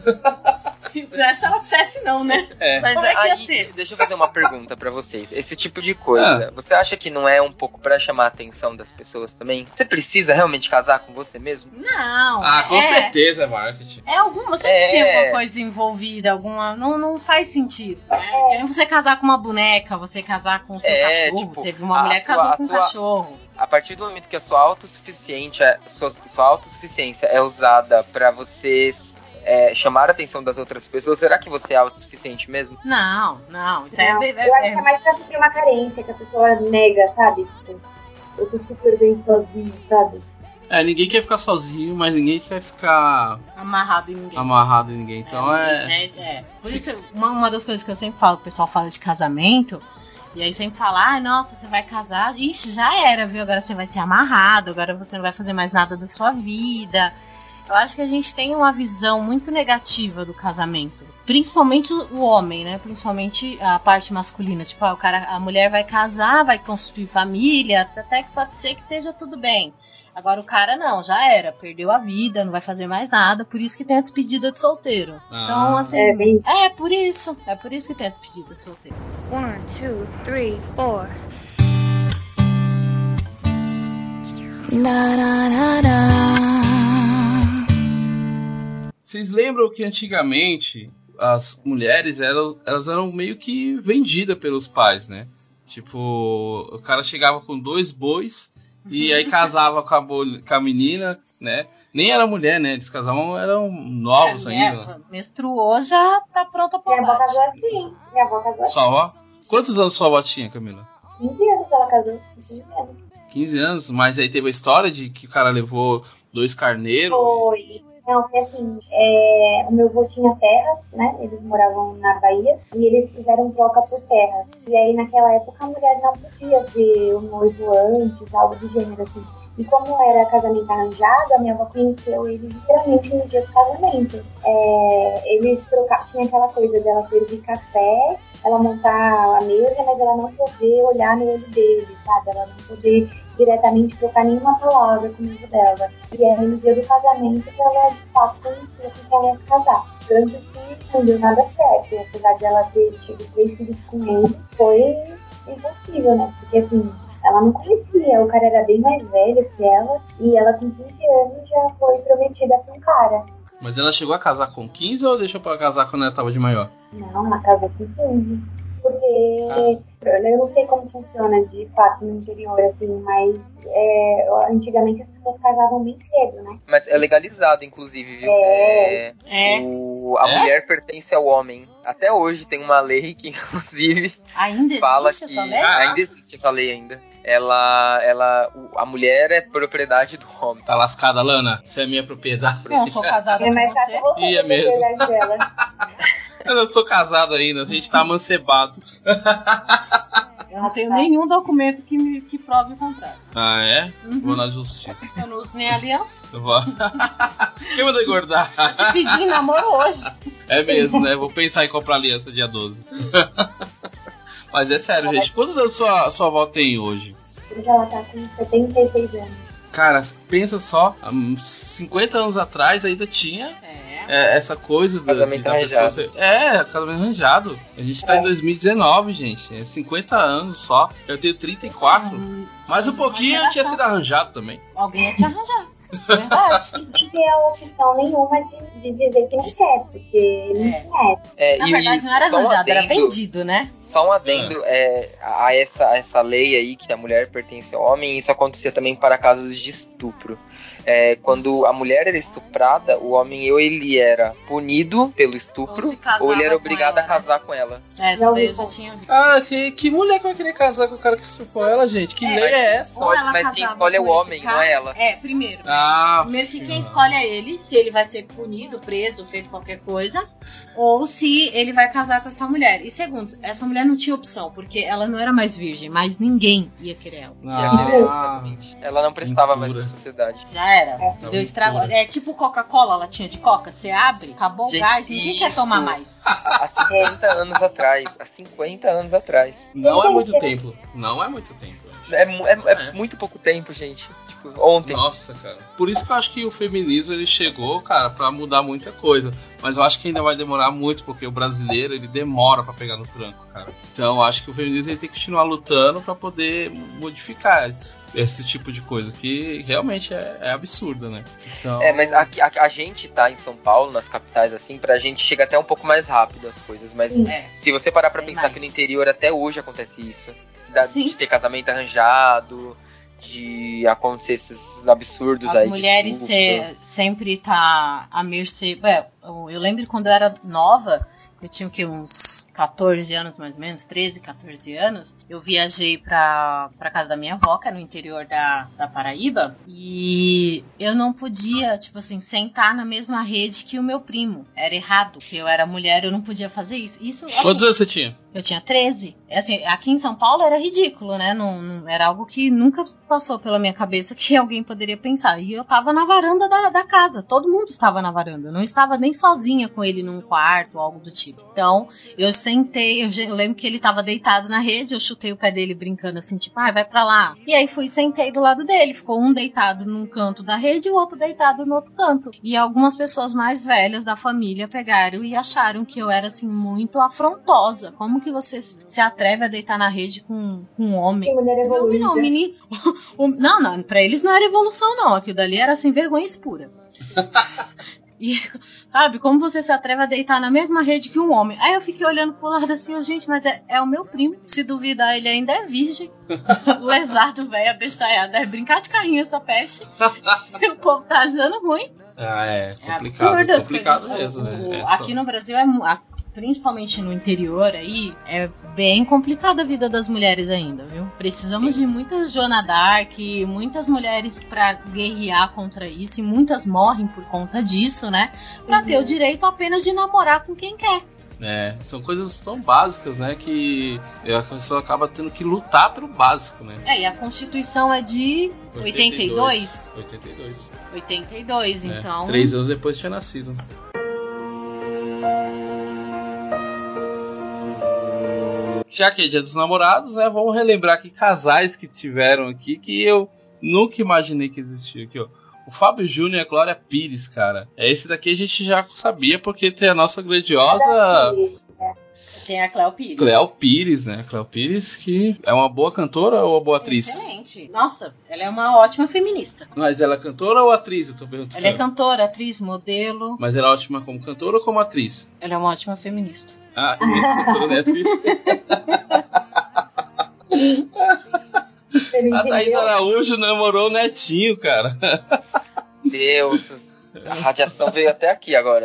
Se ela dissesse não, né? É. Mas Como é que ia aí, ser? Deixa eu fazer uma pergunta pra vocês. Esse tipo de coisa, ah. você acha que não é um pouco pra chamar a atenção das pessoas também? Você precisa realmente casar com você mesmo? Não. Ah, com é, certeza é marketing. É alguma, você é. tem alguma coisa envolvida, alguma... Não, não faz sentido. Né? É. Você casar com uma boneca, você casar com o seu é, cachorro. Tipo, Teve uma mulher que casou com um sua... cachorro. A partir do momento que a sua autossuficiência, sua, sua autossuficiência é usada pra você... É, chamar a atenção das outras pessoas, será que você é autossuficiente mesmo? Não, não. Isso não, é, é, eu acho que é mais pra suprir uma carência, que a pessoa nega, sabe? Tipo, eu tô super bem sozinho, sabe? É, ninguém quer ficar sozinho, mas ninguém quer ficar... Amarrado em ninguém. Amarrado em ninguém, então é... É, é. Por isso, uma, uma das coisas que eu sempre falo, o pessoal fala de casamento, e aí sempre fala, ai, ah, nossa, você vai casar, ixi, já era, viu? Agora você vai ser amarrado, agora você não vai fazer mais nada da sua vida... Eu acho que a gente tem uma visão muito negativa do casamento. Principalmente o homem, né? Principalmente a parte masculina. Tipo, ah, o cara, a mulher vai casar, vai construir família, até que pode ser que esteja tudo bem. Agora o cara não, já era, perdeu a vida, não vai fazer mais nada, por isso que tem a despedida de solteiro. Ah. Então, assim, é, bem... é por isso, é por isso que tem a despedida de solteiro. One, two, three, four. Na, na, na, na. Vocês lembram que antigamente as mulheres eram, elas eram meio que vendidas pelos pais, né? Tipo, o cara chegava com dois bois E aí casava com a, bol- com a menina, né? Nem era mulher, né? Eles casavam, eram novos É, ainda. né? Menstruou, já tá pronta pra Minha avó bate. casou assim. Minha avó casou assim. Sua avó? Quantos anos sua avó tinha, Camila? quinze anos ela casou. quinze anos. quinze anos, mas aí teve a história de que o cara levou dois carneiros. Foi. Não, foi assim, é, o meu avô tinha terras, né? Eles moravam na Bahia e eles fizeram troca por terras. E aí naquela época a mulher não podia ver o noivo antes, algo do gênero assim. E como era casamento arranjado, a minha avó conheceu ele literalmente no dia do casamento. É, eles trocavam, tinha aquela coisa dela servir café, ela montar a mesa, mas ela não poder olhar no olho dele, sabe? Ela não poder diretamente trocar nenhuma palavra com o noivo dela. E aí no dia do casamento ela de fato conheceu com quem ela ia casar. Tanto que não deu nada certo. Apesar de ela ter tido três filhos com ele, foi impossível, né? Porque assim, ela não conhecia, o cara era bem mais velho que ela, e ela com quinze anos já foi prometida pra um cara. Mas ela chegou a casar com quinze ou deixou pra casar quando ela tava de maior? Não, ela casou com quinze. Porque ah. eu não sei como funciona de fato no interior, assim, mas é, antigamente as pessoas casavam bem cedo, né? Mas é legalizado, inclusive, viu? É. É. O, a É? mulher pertence ao homem. Até hoje tem uma lei que, inclusive, Ainda fala existe que essa lei? Ah. ainda existe essa lei ainda. Ela, ela, o- a mulher é propriedade do homem. Tá lascada, Lana? Você é minha propriedade. Eu não sou casada É com mais fácil você. você Ia ter mesmo. propriedade dela. Eu não sou casado ainda, a gente tá amancebado. Eu não tenho nenhum documento que, me, que prove o contrário. Ah, é? Uhum. Vou na justiça. Eu não uso nem aliança. Eu vou... Quem mandou engordar? Te pedi em namoro hoje. É mesmo, né? Vou pensar em comprar aliança dia doze. Mas é sério, gente. Quantos anos sua, sua avó tem hoje? Hoje ela tá com setenta e seis anos. Cara, pensa só, há cinquenta anos atrás ainda tinha É. é, essa coisa da, Casamento de, da arranjado. pessoa ser... É, casamento arranjado. A gente tá É. em dois mil e dezenove, gente. É cinquenta anos só. Eu tenho trinta e quatro. Hum, Mais um pouquinho eu tinha geração. sido arranjado também. Alguém ia te arranjar. Verdade. Não tem a opção nenhuma de, de dizer que não quer, porque não É. quer. É, Na e verdade, não era só um arranjado, era adendo- vendido, né? Só um adendo é, a, essa, a essa lei aí que a mulher pertence ao homem, isso acontecia também para casos de estupro. É, quando a mulher era estuprada, o homem ou ele era punido pelo Ou estupro, se casava ou ele era com obrigado ela, a casar com ela. É, isso Não, daí eu não. já tinha visto. Ah, que, que mulher que vai querer casar com o cara que estuprou ela, gente? Que É, lei é essa? Ou ela Mas quem casava escolhe é com o esse homem, cara- não é ela. É, primeiro. Ah, Primeiro que quem filho. escolhe é ele, se ele vai ser punido, preso, feito qualquer coisa, ou se ele vai casar com essa mulher. E segundo, essa mulher não tinha opção, porque ela não era mais virgem, mas ninguém ia querer ela. E a querer, Ah, exatamente. Ela não prestava mais Aventura. pra sociedade. Já era. Aventura. Deu estrago. É tipo Coca-Cola, latinha de Coca, você abre, acabou Gente, o gás, ninguém quer isso. tomar mais. Há cinquenta anos atrás. Há cinquenta anos atrás. não é muito tempo. Não é muito tempo. gente. É, mu- é- é É. muito pouco tempo, gente. Tipo, ontem. Nossa, cara. Por isso que eu acho que o feminismo ele chegou, cara, pra mudar muita coisa. Mas eu acho que ainda vai demorar muito, porque o brasileiro ele demora pra pegar no tranco, cara. Então eu acho que o feminismo ele tem que continuar lutando pra poder modificar esse tipo de coisa, que realmente é, é absurda, né? Então, É, mas aqui- a, a gente tá em São Paulo, nas capitais, assim, pra gente chega até um pouco mais rápido as coisas. Mas É. se você parar pra Bem pensar mais. que no interior até hoje acontece isso. Da- Sim. de ter casamento arranjado, de acontecer esses absurdos As aí. de mulheres estupro. se- sempre tá à mercê. Ué, eu eu lembro quando eu era nova, eu tinha o quê, uns catorze anos mais ou menos, treze, catorze anos. Eu viajei pra, pra casa da minha avó, que é no interior da, da Paraíba, e eu não podia, tipo assim, sentar na mesma rede que o meu primo. Era errado, que eu era mulher, eu não podia fazer isso. Isso assim, quantos anos você tinha? eu tinha treze. Assim, aqui em São Paulo era ridículo, né? Não, não- era algo que nunca passou pela minha cabeça que alguém poderia pensar. E eu tava na varanda da, da casa. Todo mundo estava na varanda. Eu não estava nem sozinha com ele num quarto ou algo do tipo. Então, eu sentei, eu, já- eu lembro que ele tava deitado na rede, eu chutei o pé dele brincando assim, tipo, ah, vai pra lá. E aí fui e sentei do lado dele. Ficou um deitado num canto da rede e o outro deitado no outro canto. E algumas pessoas mais velhas da família pegaram e acharam que eu era, assim, muito afrontosa. Como que você se atreve a deitar na rede com, com um homem? Que mulher Mas eu, evoluída. não, menino, o- não, não, pra eles não era evolução, não. Aquilo dali era, assim, vergonha espura. E, sabe, como você se atreve a deitar na mesma rede que um homem? Aí eu fiquei olhando pro lado assim, oh, gente, mas é, é o meu primo. Se duvidar, ele ainda é virgem. Lesado, velho, abestalhado. É brincar de carrinho essa peste. O povo tá achando ruim. Ah, é complicado. É absurdo, é complicado coisas, mesmo, o, né? É aqui só... no Brasil, é, principalmente no interior aí, é bem complicada a vida das mulheres ainda, viu? Precisamos Sim. de muitas Joana Dark, muitas mulheres pra guerrear contra isso, e muitas morrem por conta disso, né? Pra uhum. ter o direito apenas de namorar com quem quer. É, são coisas tão básicas, né, que a pessoa acaba tendo que lutar pelo básico, né? É, e a Constituição é de oitenta e dois? oitenta e dois. oitenta e dois, é, então... Três anos depois tinha nascido. Já que é Dia dos Namorados, né, vamos relembrar aqui casais que tiveram aqui que eu nunca imaginei que existia aqui, ó. O Fábio Júnior e a Glória Pires, cara. Esse daqui a gente já sabia, porque tem a nossa grandiosa... Tem a Cléo Pires. Cléo Pires, né? Cléo Pires, que é uma boa cantora ou uma boa atriz? Excelente. Nossa, ela é uma ótima feminista. Mas ela é cantora ou atriz? Eu tô perguntando. Ela é cantora, atriz, modelo. Mas ela é ótima como cantora ou como atriz? Ela é uma ótima feminista. Ah, é cantora, né? Atriz? A Thaís Araújo namorou o Netinho, cara. Deus, a radiação veio até aqui agora.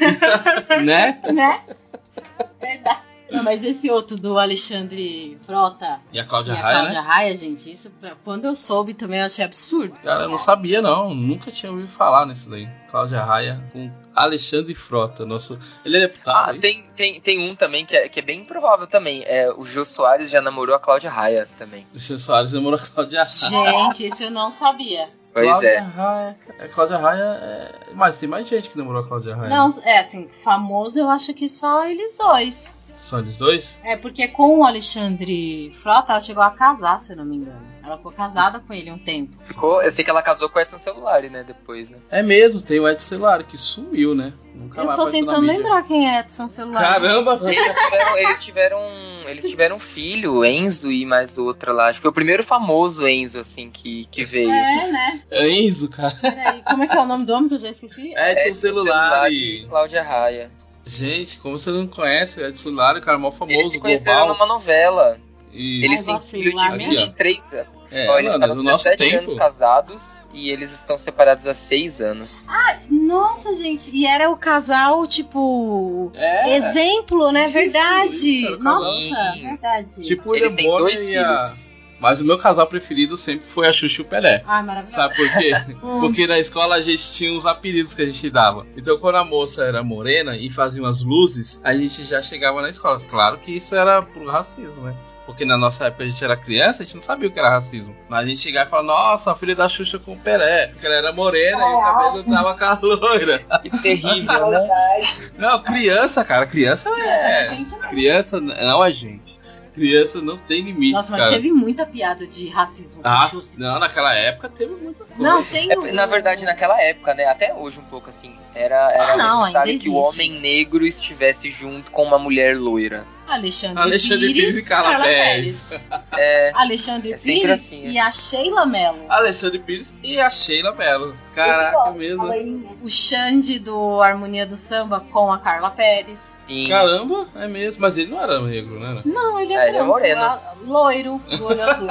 Né? Né? Verdade. Não, mas esse outro do Alexandre Frota e a Cláudia e a Raia, Cláudia né? Raia, gente, isso pra, quando eu soube também eu achei absurdo. Cara, eu não sabia não, nunca tinha ouvido falar nisso daí. Cláudia Raia com Alexandre Frota, nosso... Ele é deputado, Ah, tem, tem, tem um também que é, que é bem improvável também, é, o Jô Soares já namorou a Cláudia Raia também. O Jô Soares namorou a Cláudia Raia. Gente, isso eu não sabia. Pois Cláudia é. Raia, a Cláudia Raia é... Mas tem mais gente que namorou a Cláudia Raia. Não, é assim, famoso eu acho que só eles dois. Só eles dois? É, porque com o Alexandre Frota ela chegou a casar, se eu não me engano. Ela ficou casada com ele um tempo. Ficou, eu sei que ela casou com o Edson Celulari, né, depois, né? É mesmo, tem o Edson Celulari que sumiu, né? Nunca eu mais tô apareceu na tentando mídia. lembrar quem é Edson Celulari. Caramba! Eles tiveram, eles tiveram, eles tiveram um filho, Enzo e mais outra lá. Acho que foi o primeiro famoso Enzo, assim, que, que veio. É, assim. né? É Enzo, cara. Peraí, como é que é o nome do homem que eu já esqueci? Edson, Edson Celulari. e Cláudia Raia. Gente, como você não conhece o Edson Celulari, o cara mó famoso, Eles se conheceram global. numa novela. E... Eles Ai, têm gosto filho de lá de mesmo. vinte e três anos. É, Ó, eles mano, estavam no nosso dezessete tempo. anos casados e eles estão separados há seis anos. Nossa, gente, e era o casal, tipo... É. Exemplo, né? Isso, Verdade. isso, era o casal. Nossa, verdade. Tipo o Eles têm Bonner dois e a... filhos. Mas o meu casal preferido sempre foi a Xuxa e o Pelé. Ai, maravilhoso. Sabe por quê? Porque na escola a gente tinha uns apelidos que a gente dava. Então quando a moça era morena e fazia umas luzes, a gente já chegava na escola. Claro que isso era pro racismo, né? Porque na nossa época a gente era criança, a gente não sabia o que era racismo. Mas a gente chegava e falava, nossa, a filha da Xuxa com o Pelé. Porque ela era morena e o cabelo tava com a loira. Que terrível, né? Não, criança, cara, criança é... Gente, não. Criança não é gente. Criança não tem limites, Nossa, mas cara. teve muita piada de racismo. Ah, justo. não, naquela época teve muita coisa. Não, tem É, o- na verdade, naquela época, né? Até hoje um pouco assim. Era, era Ah, não, necessário ainda que o existe. homem negro estivesse junto com uma mulher loira. Alexandre, Alexandre Pires e Carla Pérez. É, Alexandre É sempre Pires assim, é. e a Sheila Mello. Alexandre Pires e a Sheila Mello. Caraca, mesmo. O Xande do Harmonia do Samba com a Carla Pérez. sim. Caramba, é mesmo. Mas ele não era negro, né? Não, ele é, É, ele é branco, moreno. a- loiro, do olho azul.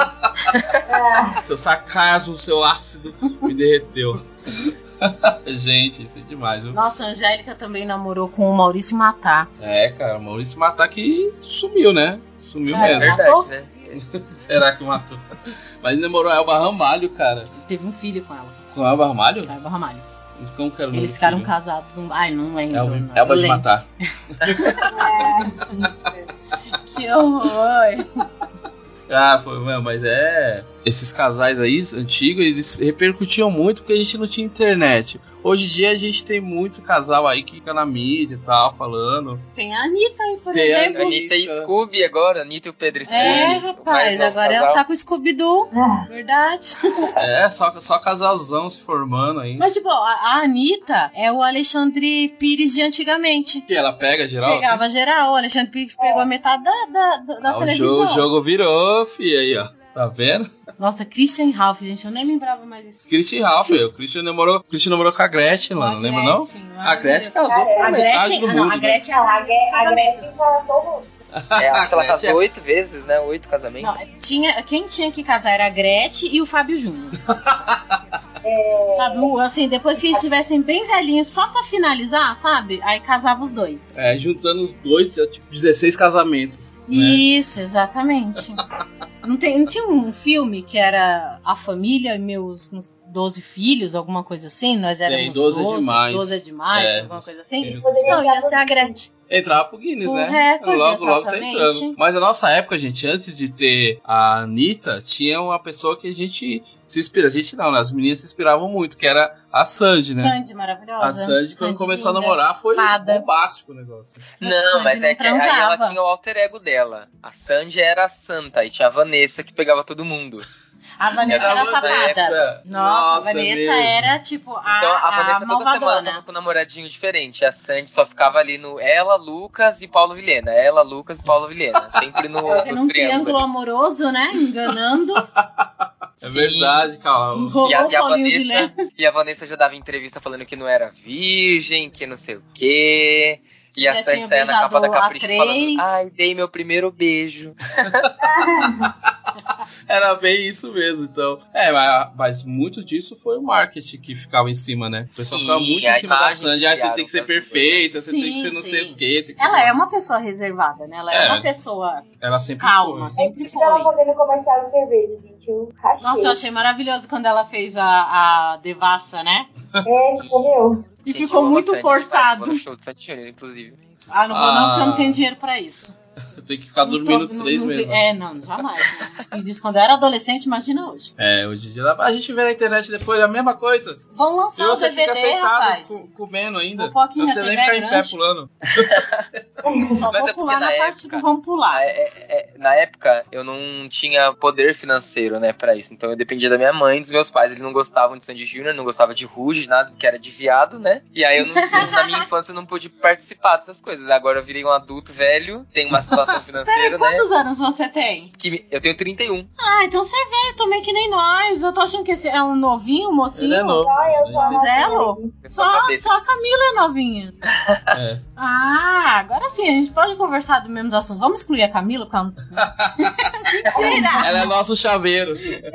Seu sarcasmo, seu ácido me derreteu. Gente, isso é demais, viu? Nossa, a Angélica também namorou com o Maurício Matar. É, cara, o Maurício Matar que sumiu, né? Sumiu É, É mesmo. Matou? verdade, né? Será que matou? Mas namorou a Elba Ramalho, cara. Ele teve um filho com ela, Com a Elba Ramalho? com a Elba Ramalho. Como que era o nome Eles do ficaram filho? casados. Um... Ai, não lembro. Elba, não. Elba Eu de lembro. Matar. Que horror. Ah, foi, meu, mas é... Esses casais aí, antigos, eles repercutiam muito porque a gente não tinha internet. Hoje em dia a gente tem muito casal aí que fica na mídia e tal, falando. Tem a Anitta aí, por Tem a exemplo. Anitta e Scooby agora, Anitta e o Pedro Scooby. É, rapaz, Mais um agora ela casal. tá com o Scooby-Doo. Verdade. É, só, só casalzão se formando aí. Mas, tipo, a, a Anitta é o Alexandre Pires de antigamente. Que ela pega geral? Pegava geral, o Alexandre Pires pegou metade da, da, da, da Ah, o televisão. jogo, o jogo virou, fi, aí, ó. Tá vendo? Nossa, Christian Ralph, gente, eu nem lembrava mais disso. Christian Ralph, o Christian namorou, Christian namorou com a Gretchen, Com a mano, lembra não? Gretchen, A Gretchen Deus. casou com A metade Gretchen, do ah, mundo. não, a né? Gretchen é Não, a a rainha dos Gretchen casamentos. casou. É, acho que ela A casou Gretchen- oito vezes, né? Oito Não, casamentos. tinha, quem tinha que casar era a Gretchen e o Fábio Júnior. Sabe, o- assim, depois que eles estivessem bem velhinhos, só pra finalizar, sabe? Aí casava os dois. É, juntando os dois, é, tipo, dezesseis casamentos. Né? Isso, exatamente. Não, tem, não tinha um filme que era A Família e Meus meus doze Filhos, alguma coisa assim? Nós éramos doze é demais. doze é demais, É. alguma coisa assim? Tem- Não, ia ser a Gretchen. Entrava pro Guinness, O né? recorde, logo, logo tá exatamente. entrando. Mas na nossa época, gente, antes de ter a Anitta, tinha uma pessoa que a gente se inspira. A gente não, né? As meninas se inspiravam muito, que era a Sandy, né? Sandy, A maravilhosa. Sandy, quando Sandy começou linda. a namorar, foi Fada. bombástico o negócio. Não, Sandy mas não é que aí transava. ela tinha o alter ego dela. A Sandy era a santa e tinha a Vanessa que pegava todo mundo. A Vanessa Era era a safada. Vanessa. Nossa, a Nossa, Vanessa mesmo. era tipo a, Então a Vanessa a toda semana malvadona. tava com um namoradinho diferente. A Sandy só ficava ali no ela, Lucas e Paulo Vilhena. Ela, Lucas e Paulo Vilhena. Sempre no, Fazendo no um triângulo. triângulo amoroso, né? Enganando. É verdade, cara. Enrolou E a, o e, a Paulinho Vanessa, Vilhena. e a Vanessa já dava entrevista falando que não era virgem, que não sei o quê. E a Já Sandy tinha saia na capa da beijado a Capricho três. falando: ai, dei meu primeiro beijo. Era bem isso mesmo, então. É, mas, mas muito disso foi o marketing que ficava em cima, né? O pessoal Sim, ficava muito a em cima da imagem Sandy. que Ah, você criaram tem que ser das duas. perfeita, você Sim, tem que ser não sei sim. o quê. Tem que Ela ser... é uma pessoa reservada, né? Ela é, É. uma pessoa Ela sempre calma, foi. sempre Eu tava foi. fazendo comercial de cerveja, gente. Eu rachei. Nossa, eu achei maravilhoso quando ela fez a, a Devassa, né? É, tipo, meu. E Gente, ficou eu amo muito a Sandy demais, forçado. vou no show de Sandy Júnior, inclusive. Ah, não vou não, porque eu não tenho dinheiro pra isso. Tem que ficar Não dormindo tô- não- três não vi- meses. É, não, jamais. Né? Fiz isso quando eu era adolescente, imagina hoje. É, hoje em dia dá- a gente vê na internet depois a mesma coisa. Vão E lançar o você D V fica D, sentado rapaz. co- comendo ainda. O Poquinho Então você já nem tem fica em pé grande. pulando. Só Mas vou é porque pular na, na parte época- do vamos pular. É, é, é, na época, eu não tinha poder financeiro, né, pra isso. Então eu dependia da minha mãe e dos meus pais. Eles não gostavam de Sandy Júnior, não gostavam de Ruge, nada, que era de viado, né? E aí eu, não, na minha infância, eu não pude participar dessas coisas. Agora eu virei um adulto velho, tenho uma situação financeira, né? Quantos anos você tem? Que me- eu tenho trinta e um. Ah, então você vê também que nem nós. Eu tô achando que esse é um novinho, um mocinho. Ele é novo. Só eu sou a mais Zelo? jovem. Só, a cabeça. só a Camila é novinha. É. Ah, agora sim, a gente pode conversar do mesmo assunto. Vamos excluir a Camila? Porque ela não- Mentira! Ela é nosso chaveiro.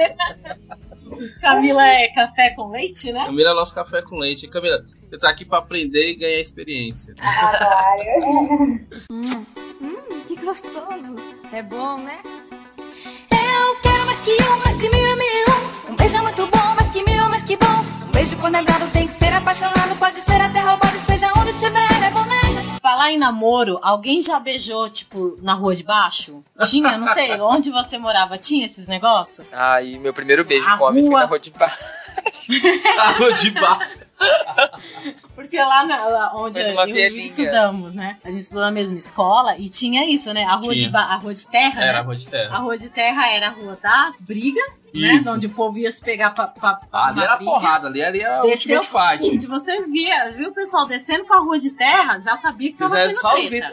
Camila é café com leite, né? Camila é nosso café com leite. Camila, você tá aqui pra aprender e ganhar experiência. Ah, claro. Hum, que gostoso. É bom, né? Eu quero mais que um, mais que mil e mil. Um beijo é muito bom, mais que mil, mais que bom. Um beijo quando é dado tem que ser apaixonado. Pode ser até roubado, seja onde estiver, é bom, né? Falar em namoro, alguém já beijou, tipo, na rua de baixo? Tinha, não sei, onde você morava, tinha esses negócios? Aí meu primeiro beijo A com homem foi rua- na rua de baixo. A rua de baixo. Porque lá, na, lá onde Foi eu numa e o vielinha. Luiz estudamos, né? A gente estudou na mesma escola e tinha isso, né? A rua, Tinha. de, ba- a rua de terra, Era a né? rua de A terra. rua de terra era a rua das brigas, né? Isso. Onde o povo ia se pegar pra, pra, pra Ali uma era briga. porrada, ali, ali era o Desceu, Ultimate Fight. se você via, viu o pessoal descendo pra rua de terra, já sabia que tava Fizeram tendo só os treta.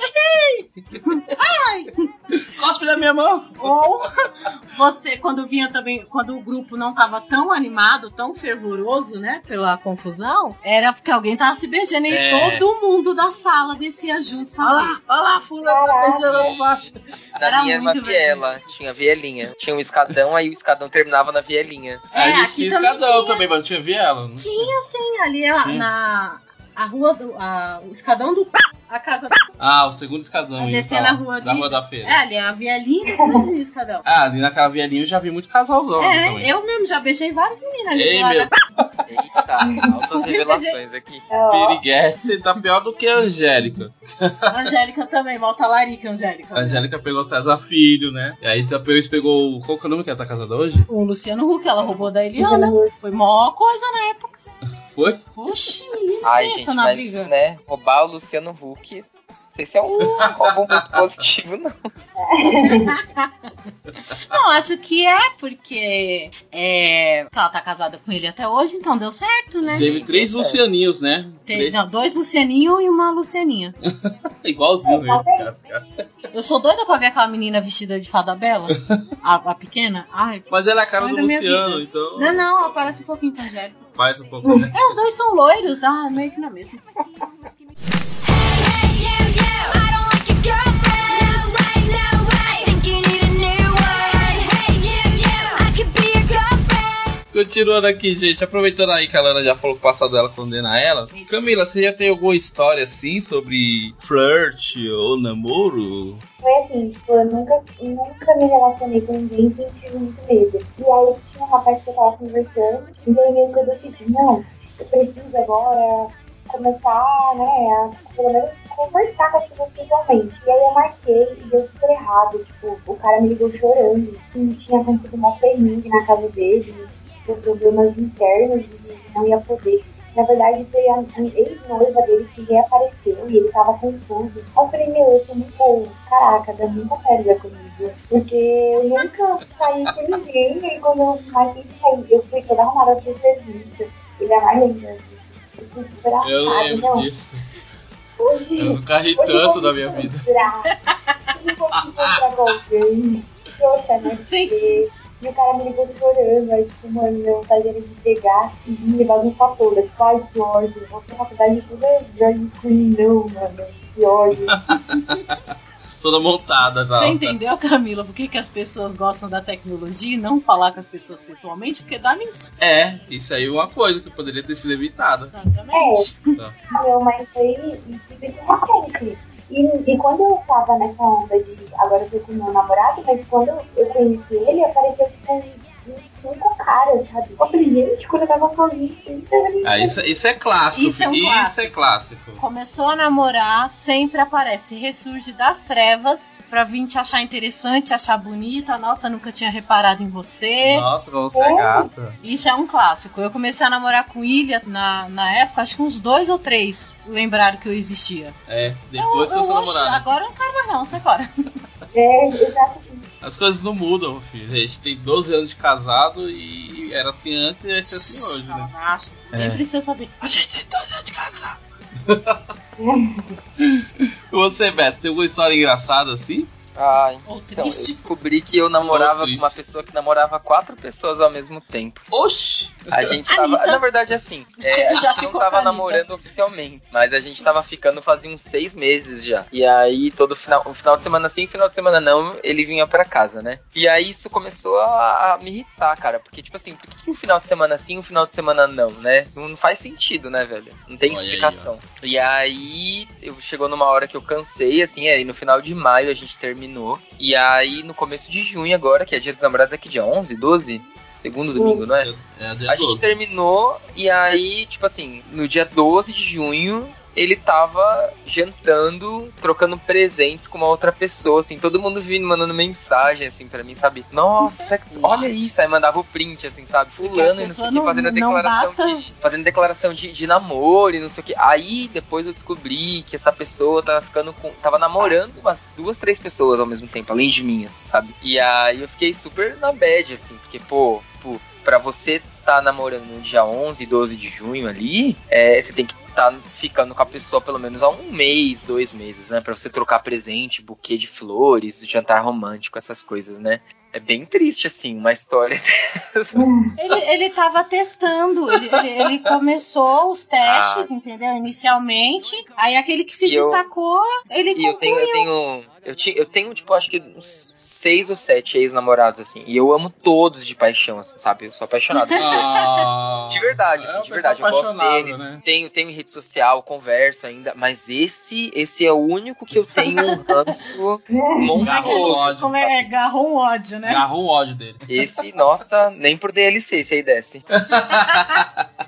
gritos. Cospe na minha mão. Ou você, quando vinha também, quando o grupo não tava tão animado, tão fervoroso, né, pela confusão, era porque alguém tava se beijando e É. todo mundo da sala descia junto pra Olha ver. lá, olha lá, fulano tá beijando lá embaixo. Na Era minha uma muito viela, vergonhoso. tinha vielinha. Tinha um escadão, aí o escadão terminava na vielinha. É, Aí aqui tinha também escadão tinha. também, mas não tinha viela. Não Tinha sim, ali a- Tinha. na a rua do a, o escadão do a casa Ah, o segundo escadão. a indo descer pra na lá, rua da de- rua da feira. É, ali a vielinha e depois o escadão. Ah, ali naquela vielinha eu já vi muito casalzão É, também. eu mesmo já beijei várias meninas ali Ei, do lado meu, da- Eita, altas revelações aqui. Ó, piriguete, você tá pior do que a Angélica. A Angélica também, malta larica, Angélica. A Angélica pegou César Filho, né? E aí depois pegou. Qual que é o nome que ela tá casada hoje? O Luciano Huck, ela roubou da Eliana. Foi mó coisa na época. Foi? Oxi, Ai, pensa gente, na mas, briga. né, roubar o Luciano Huck. sei se é um álbum muito positivo, não. Não, acho que é, porque é, ela tá casada com ele até hoje, então deu certo, né? Teve três Lucianinhos, né? Teve, Três... Não, dois Lucianinhos e uma Lucianinha. Igualzinho mesmo, cara. Eu sou doida pra ver aquela menina vestida de Fada Bela, a, a pequena. Ai, mas ela é a cara do da minha Luciano, vida. então... Não, não, ela parece um pouquinho com a Angélica. Faz um pouco, né? É, os dois são loiros, dá meio que na mesma. Continuando aqui, gente, aproveitando aí que a Lana já falou que o passado dela condena ela. Camila, você já tem alguma história assim sobre flirt ou namoro? Foi assim, tipo, eu nunca, nunca me relacionei com ninguém sem tive muito medo. E aí tinha um rapaz que eu tava conversando, e aí meio que eu decidi, não, eu preciso agora começar, né, a pelo menos conversar com as pessoas pessoalmente. E aí eu marquei e deu super errado, tipo, o cara me ligou chorando, e tinha acontecido uma perrengue na casa dele, por problemas internos e não ia poder. Na verdade, foi a, a ex-noiva dele que reapareceu e ele tava confuso. Eu falei, meu, eu sou muito, caraca, dá muita merda comigo. Porque eu nunca saí com ninguém, e quando eu mais quis sair, eu fui toda arrumada pro serviço. Ele é mais lembra. Eu fui super arrumada, Eu lembro não. disso. Hoje, Eu nunca ri tanto na minha vida. Se eu fosse encontrar com alguém, poxa, né? Porque... E o cara me ligou chorando, aí tipo, mano, meu vontade de pegar e me levar no fator. Tipo, ai, que ódio. Você na faculdade toda drag queen, não, mano. Que ódio. Toda montada, tá? Você entendeu, Camila, por que, que as pessoas gostam da tecnologia e não falar com as pessoas pessoalmente? Porque dá nisso. É, isso aí é uma coisa que poderia ter sido evitada. Exatamente. É, Tá. meu, mas foi simplesmente. E, e quando eu tava nessa onda de agora eu tô com meu namorado, mas quando eu conheci ele, apareceu tipo cinco caras, sabe? Eu falei, gente, quando eu tava sozinha, ah, isso, isso é clássico, isso é, um isso clássico. é clássico. Começou a namorar, sempre aparece, ressurge das trevas pra vir te achar interessante, achar bonita. Nossa, nunca tinha reparado em você. Nossa, como você é gata. Isso é um clássico. Eu comecei a namorar com Ilha na, na época, acho que uns dois ou três lembraram que eu existia. É, depois eu, que eu sou eu, namorado. Agora eu não quero mais não, sai fora. É, exato. As coisas não mudam, filho. A gente tem doze anos de casado e era assim antes e vai ser assim hoje, né? Acho. Nem É. precisa saber. A gente tem doze anos de casado. E você, Beto, tem alguma história engraçada assim? Ai, Ou então, eu triste. descobri que eu namorava Ou com triste. uma pessoa que namorava quatro pessoas ao mesmo tempo. Oxi! A gente tava. Anitta. Na verdade, assim, é, a Já gente não ficou com a tava Anitta. namorando oficialmente, mas a gente tava ficando fazia uns seis meses já. E aí, todo final, um final de semana sim, final de semana não, ele vinha pra casa, né? E aí isso começou a, a me irritar, cara. Porque, tipo assim, por que, que um final de semana sim, um final de semana não, né? Não faz sentido, né, velho? Não tem Olha aí, explicação. E aí, eu, chegou numa hora que eu cansei, assim, aí no final de maio a gente terminou. E aí, no começo de junho agora, que é dia dos namorados, é que dia onze, doze? Segundo domingo, não é? É a dia A gente doze. terminou e aí, tipo assim, no dia doze de junho, ele tava jantando, trocando presentes com uma outra pessoa, assim, todo mundo vindo, mandando mensagem, assim, pra mim, sabe? Nossa, olha isso! Aí mandava o print, assim, sabe? Fulano e não sei o que, não- fazendo a não declaração basta- de... Fazendo declaração de, de namoro e não sei o que. Aí, depois eu descobri que essa pessoa tava ficando com... Tava namorando umas duas, três pessoas ao mesmo tempo, além de mim, assim, sabe? E aí eu fiquei super na bad, assim, porque, pô, pô pra você tá namorando no dia onze, doze de junho ali, é, você tem que tá ficando com a pessoa pelo menos há um mês, dois meses, né? Pra você trocar presente, buquê de flores, jantar romântico, essas coisas, né? É bem triste, assim, uma história dessa. Ele, ele tava testando, ele, ele, ele começou os testes, entendeu? Inicialmente. Aí aquele que se E eu- destacou, ele E eu tenho, concluiu. eu tenho, eu, ti, eu tenho, tipo, acho que uns seis ou sete ex-namorados, assim. E eu amo todos de paixão, assim, sabe? Eu sou apaixonado por todos. Ah, De verdade, é assim, uma de verdade. Eu pessoa gosto apaixonada, deles. né? Tenho, tenho em rede social, converso ainda. Mas esse, esse é o único que eu tenho um ranço monstruoso. ódio. Como é, é, garrou um ódio, né? Agarrou o ódio dele. Esse, nossa, nem por D L C se aí desce. É,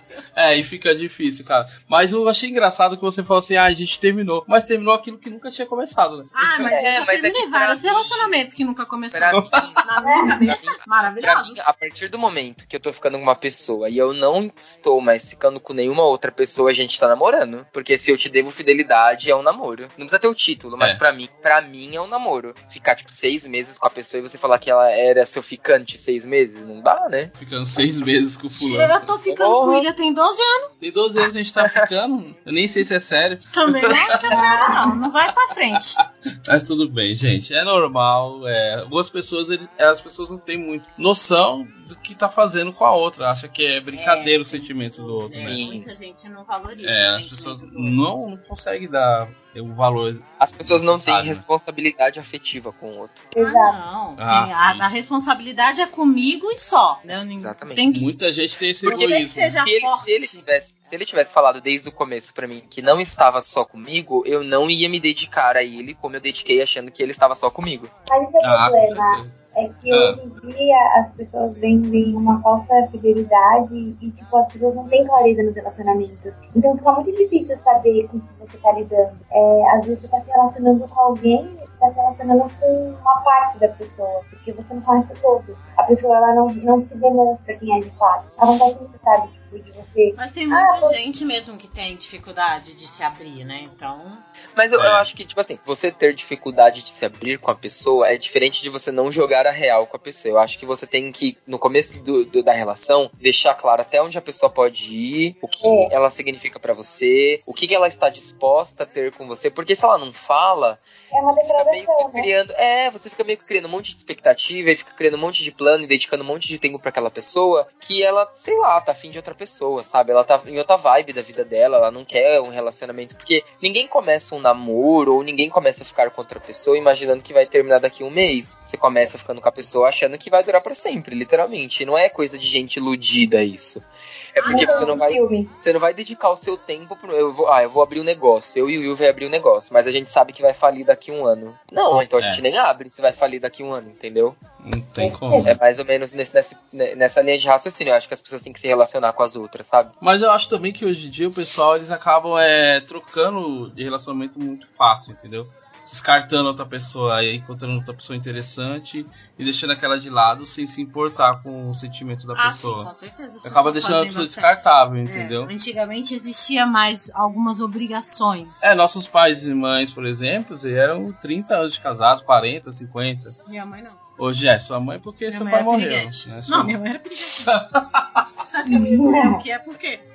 É, e fica difícil, cara. Mas eu achei engraçado que você falou assim, ah, a gente terminou. Mas terminou aquilo que nunca tinha começado, né? Ah, mas É, eu já mas é terminei que vários pra mim- relacionamentos que nunca começaram. Pra mim, Na minha cabeça, pra maravilhosos. mim, a partir do momento que eu tô ficando com uma pessoa e eu não estou mais ficando com nenhuma outra pessoa, a gente tá namorando. Porque se eu te devo fidelidade, é um namoro. Não precisa ter o título, mas É. pra mim, pra mim é um namoro. Ficar, tipo, seis meses com a pessoa e você falar que ela era seu ficante seis meses, não dá, né? Ficando seis meses com o fulano. Eu tô ficando com Porra. ele tem doze anos. Tem doze anos que a gente tá ficando. Eu nem sei se é sério. Também não acho que é sério, não. Não vai pra frente. Mas tudo bem, gente. É normal. É, algumas pessoas, eles, as pessoas não têm muito noção do que tá fazendo com a outra. Acha que é brincadeira É. o sentimento do outro, né? Sim. Muita gente não valoriza. É, o as pessoas sentimento do outro. não, não conseguem dar o valor. As pessoas não têm Necessário, né? responsabilidade afetiva com o outro. Exato. Ah, não. Ah, Tem- a, isso. a responsabilidade é comigo e só. Né? Ninguém- Exatamente. Tem que, Muita gente tem esse Porque egoísmo. tem que seja- Se ele, forte. se ele tivesse, se ele tivesse falado desde o começo pra mim que não estava só comigo, eu não ia me dedicar a ele como eu dediquei achando que ele estava só comigo. Mas esse é o Ah, com problema. certeza. É que Ah. hoje em dia as pessoas vendem uma falsa fidelidade e, tipo, as pessoas não têm clareza nos relacionamentos. Então fica muito difícil saber com o que você tá lidando. É, às vezes você tá se relacionando com alguém e você tá se relacionando com uma parte da pessoa, porque você não conhece o todo. A pessoa, ela não, não se demonstra quem é de fato. Acontece isso, sabe? Tipo, de você... Mas tem Ah, muita pô- gente mesmo que tem dificuldade de se abrir, né? Então. Mas eu, É. eu acho que, tipo assim, você ter dificuldade de se abrir com a pessoa é diferente de você não jogar a real com a pessoa. Eu acho que você tem que, no começo do, do- da relação, deixar claro até onde a pessoa pode ir, o que É. ela significa pra você, o que, que ela está disposta a ter com você. Porque se ela não fala, É uma você fica meio degradação, que né? criando. É, você fica meio que criando um monte de expectativa e fica criando um monte de plano e dedicando um monte de tempo pra aquela pessoa que ela, sei lá, tá afim de outra pessoa, sabe? Ela tá em outra vibe da vida dela, ela não quer um relacionamento. Porque ninguém começa um namoro ou ninguém começa a ficar com outra pessoa imaginando que vai terminar daqui a um mês. Você começa ficando com a pessoa achando que vai durar pra sempre, literalmente. Não é coisa de gente iludida isso. É porque Ah, você não vai. filme. Você não vai dedicar o seu tempo pro. Eu vou, ah, eu vou abrir um negócio. Eu e o Will vai abrir um negócio. Mas a gente sabe que vai falir daqui a um ano. Não, então a É. gente nem abre se vai falir daqui a um ano, entendeu? Não tem como. É mais ou menos nesse, nesse- nessa linha de raciocínio. Eu acho que as pessoas têm que se relacionar com as outras, sabe? Mas eu acho também que hoje em dia o pessoal, eles acabam é, trocando de relacionamento muito fácil, entendeu? Descartando outra pessoa, aí encontrando outra pessoa interessante e deixando aquela de lado sem se importar com o sentimento da Ah, sim, pessoa. com certeza. As Acaba pessoas deixando a fazem pessoa bastante. descartável, É, entendeu? antigamente existia mais algumas obrigações. É, nossos pais e mães, por exemplo, eles eram trinta anos de casados, quarenta, cinquenta. Minha mãe não. Hoje é sua mãe porque Minha seu mãe pai era morreu. piriguete. Né? Não, minha mãe era piriguete. Você acha que a minha mãe é o que é? Por quê?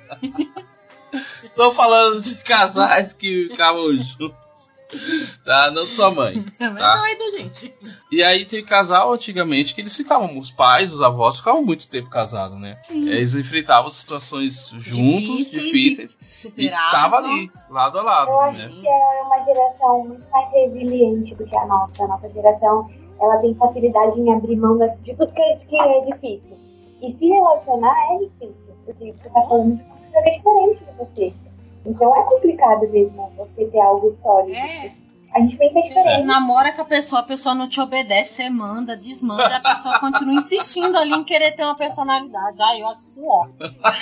Tô falando de casais que ficavam juntos. Tá? Não sua mãe. Minha mãe Tá. não é da gente. E aí tem casal antigamente que eles ficavam, os pais, os avós ficavam muito tempo casados, né? Eles enfrentavam situações juntos, Difíceis, difíceis, e Superavam. tava ali, lado a lado, Eu acho né? que é uma geração muito mais resiliente do que a nossa. A nossa geração, ela tem facilidade em abrir mão das- de tudo que é, que é difícil. E se relacionar é difícil, porque você tá falando de uma coisa diferente de você. Então é complicado mesmo você ter algo sólido. É. A gente pensa Você diferente. namora com a pessoa, a pessoa não te obedece, você manda, desmanda, e a pessoa continua insistindo ali em querer ter uma personalidade. Ai, eu acho isso ótimo.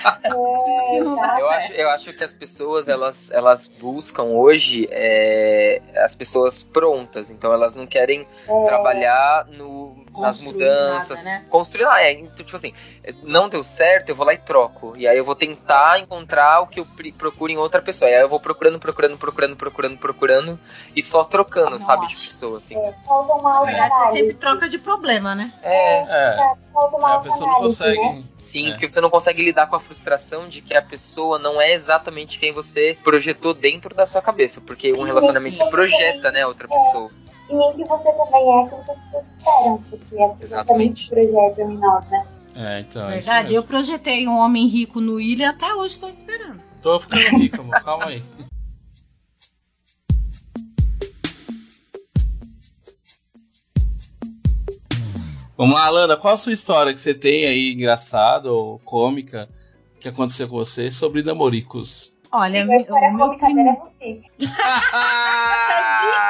É, não tá? vai. Eu acho, eu acho que as pessoas, elas, elas buscam hoje é, as pessoas prontas. Então elas não querem trabalhar no, nas Construir mudanças. nada, né? Construir, ah, é, então, tipo assim, não deu certo, eu vou lá e troco. E aí eu vou tentar encontrar o que eu pri- procuro em outra pessoa. E aí eu vou procurando, procurando, procurando, procurando, procurando. E só trocando, Não sabe, de acho. pessoa, assim. É, falta uma Na verdade, você autoanálise. sempre troca de problema, né? É, É, Falta uma a pessoa não autoanálise, né? consegue. sim, É. porque você não consegue lidar com a frustração de que a pessoa não é exatamente quem você projetou dentro da sua cabeça. Porque um relacionamento sim. você projeta, né, outra pessoa. E nem que você também é aquilo que as pessoas esperam, porque as pessoas também Exatamente. se projetam em nós, né? É, então. é isso Verdade, eu mesmo. projetei um homem rico no Ilha e até hoje estou esperando. Tô ficando rico, amor. Calma aí. Vamos lá, Alana, qual a sua história que você tem aí, engraçada ou cômica, que aconteceu com você sobre namoricos? Olha, A meu, história o meu cômica dela é primo. você.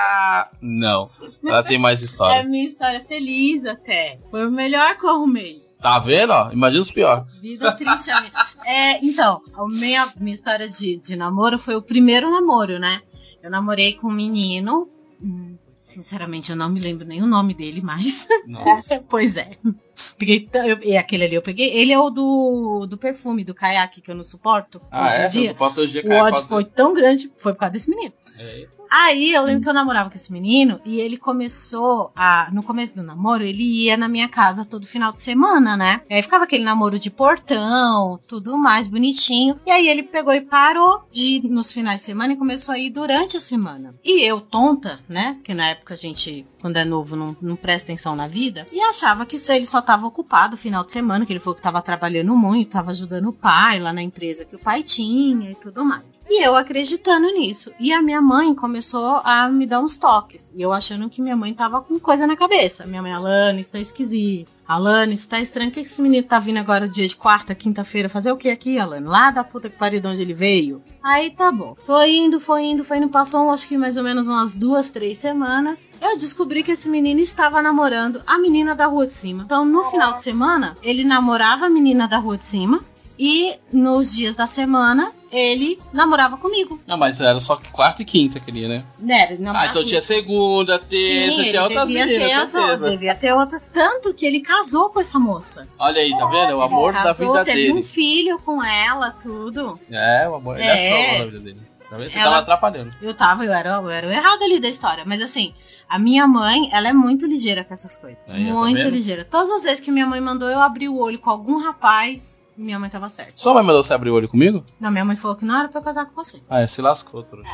Não, ela tem mais É a história. minha história feliz até. Foi o melhor que eu arrumei. Tá vendo, ó? Imagina os piores. Vida triste. É, então, a minha, minha história de, de namoro foi o primeiro namoro, né? Eu namorei com um menino... Hum, sinceramente, eu não me lembro nem o nome dele mais. Nossa. Pois é. Peguei, eu, e aquele ali eu peguei. Ele é o do, do perfume, do caiaque, que eu não suporto. Ah, hoje é? em dia. Suporto hoje em dia, o ódio foi tão grande, foi por causa desse menino. É. Aí eu lembro que eu namorava com esse menino e ele começou a... No começo do namoro, ele ia na minha casa todo final de semana, né? E aí ficava aquele namoro de portão, tudo mais bonitinho. E aí ele pegou e parou de ir nos finais de semana e começou a ir durante a semana. E eu, tonta, né? Porque na época a gente, quando é novo, não, não presta atenção na vida. E achava que ele só tava ocupado no final de semana, que ele falou que tava trabalhando muito, tava ajudando o pai lá na empresa que o pai tinha e tudo mais. E eu acreditando nisso. E a minha mãe começou a me dar uns toques. E eu achando que minha mãe tava com coisa na cabeça. Minha mãe, Alane, isso tá esquisito. Alane, isso tá estranho. O que esse menino tá vindo agora dia de quarta, quinta-feira? Fazer o que aqui, Alane? Lá da puta que pariu de onde ele veio? Aí tá bom. Foi indo, foi indo, foi indo. Passou acho que mais ou menos umas duas, três semanas. Eu descobri que esse menino estava namorando a menina da rua de cima. Então no final de semana, ele namorava a menina da rua de cima. E nos dias da semana, ele namorava comigo. Não, mas era só que quarta e quinta que ele, né? Era, ah, então tinha segunda, terça, Sim, tinha outras meninas, certeza. Devia ter outra. Tanto que ele casou com essa moça. Olha aí, tá vendo? O amor casou, da vida teve dele. Teve um filho com ela, tudo. É, o amor, ele é, é prova da vida dele. Tá vendo? Você ela, tava atrapalhando. Eu tava, eu era, eu era o errado ali da história. Mas assim, a minha mãe, ela é muito ligeira com essas coisas. Aí, muito tá ligeira. Todas as vezes que minha mãe mandou eu abrir o olho com algum rapaz... Minha mãe tava certa. Sua mãe mandou você abrir o olho comigo? Não, minha mãe falou que não era pra eu casar com você. Ah, se lascou, trouxa.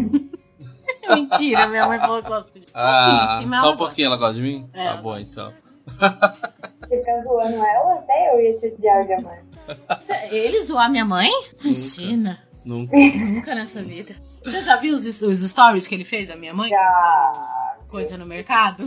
Mentira, minha mãe falou que gosta de ah, um só um pouquinho ela gosta de mim? É, tá bom, então. Você fica zoando ela? Até eu ia te odiar, mãe. Ele zoar minha mãe? Imagina. Nunca. Nunca nessa vida. Você já viu os, os stories que ele fez, a minha mãe? Já. Coisa no mercado?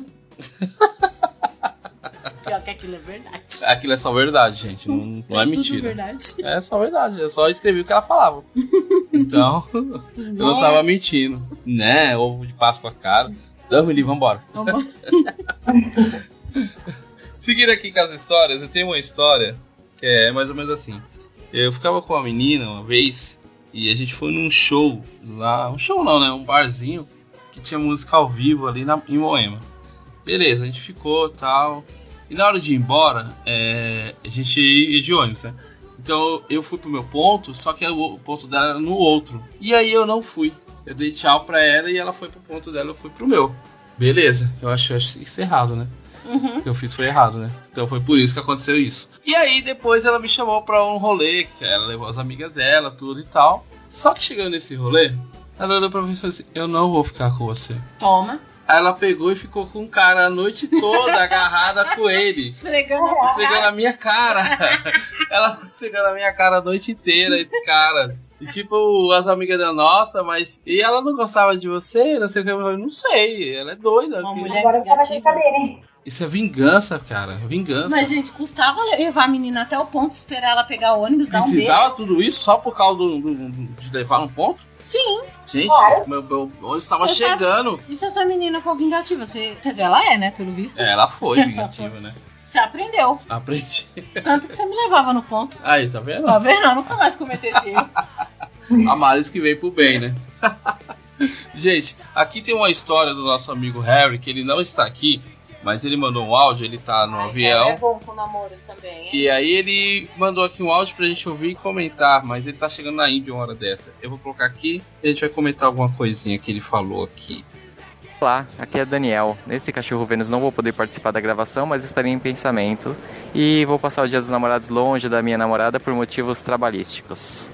Pior que aquilo é verdade. Aquilo é só verdade, gente. Não, não é, é mentira. Verdade. É só verdade. Eu só escrevi o que ela falava. Então, eu não tava mentindo. Né? Ovo de Páscoa cara. Deus me livre, vambora. Vambora. Seguindo aqui com as histórias, eu tenho uma história que é mais ou menos assim. Eu ficava com uma menina uma vez e a gente foi num show lá. Um show não, né? Um barzinho que tinha música ao vivo ali na, em Moema. Beleza, a gente ficou e tal. E na hora de ir embora, é, a gente ia de ônibus, né? Então eu fui pro meu ponto, só que o ponto dela era no outro. E aí eu não fui. Eu dei tchau pra ela e ela foi pro ponto dela, eu fui pro meu. Beleza, eu acho, eu acho isso errado, né? Uhum. O que eu fiz foi errado, né? Então foi por isso que aconteceu isso. E aí depois ela me chamou pra um rolê, que ela levou as amigas dela, tudo e tal. Só que chegando nesse rolê, ela olhou pra mim e falou assim, eu não vou ficar com você. Toma. Aí ela pegou e ficou com o cara a noite toda agarrada com ele. Esfregando na minha cara. Ela esfregando na minha cara a noite inteira, esse cara. E tipo, as amigas dela, nossa, mas... E ela não gostava de você? Não sei o que. Eu não sei, ela é doida. Uma que... mulher Agora tá na brincadeira, hein? Isso é vingança, cara. Vingança. Mas, gente, custava levar a menina até o ponto, esperar ela pegar o ônibus, dar um beijo. Precisava tudo isso só por causa do, do, do, de levar um ponto? Sim. Gente, claro. meu, meu ônibus estava Você chegando. Tá... E se essa menina for vingativa? Você... Quer dizer, ela é, né? Pelo visto. É, ela foi vingativa, né? Você aprendeu. Aprendi. Tanto que você me levava no ponto. Aí, tá vendo? Tá vendo? Eu nunca mais cometi esse erro. A males que veio pro bem, né? Gente, aqui tem uma história do nosso amigo Harry, que ele não está aqui, mas ele mandou um áudio, ele tá no Ai, avião. É bom com namoros também, hein? E aí ele mandou aqui um áudio pra gente ouvir e comentar, mas ele tá chegando na Índia uma hora dessa. Eu vou colocar aqui e a gente vai comentar alguma coisinha que ele falou aqui. Olá, aqui é Daniel. Nesse Cachorro Vênus não vou poder participar da gravação, mas estarei em pensamento. E vou passar o Dia dos Namorados longe da minha namorada por motivos trabalhísticos.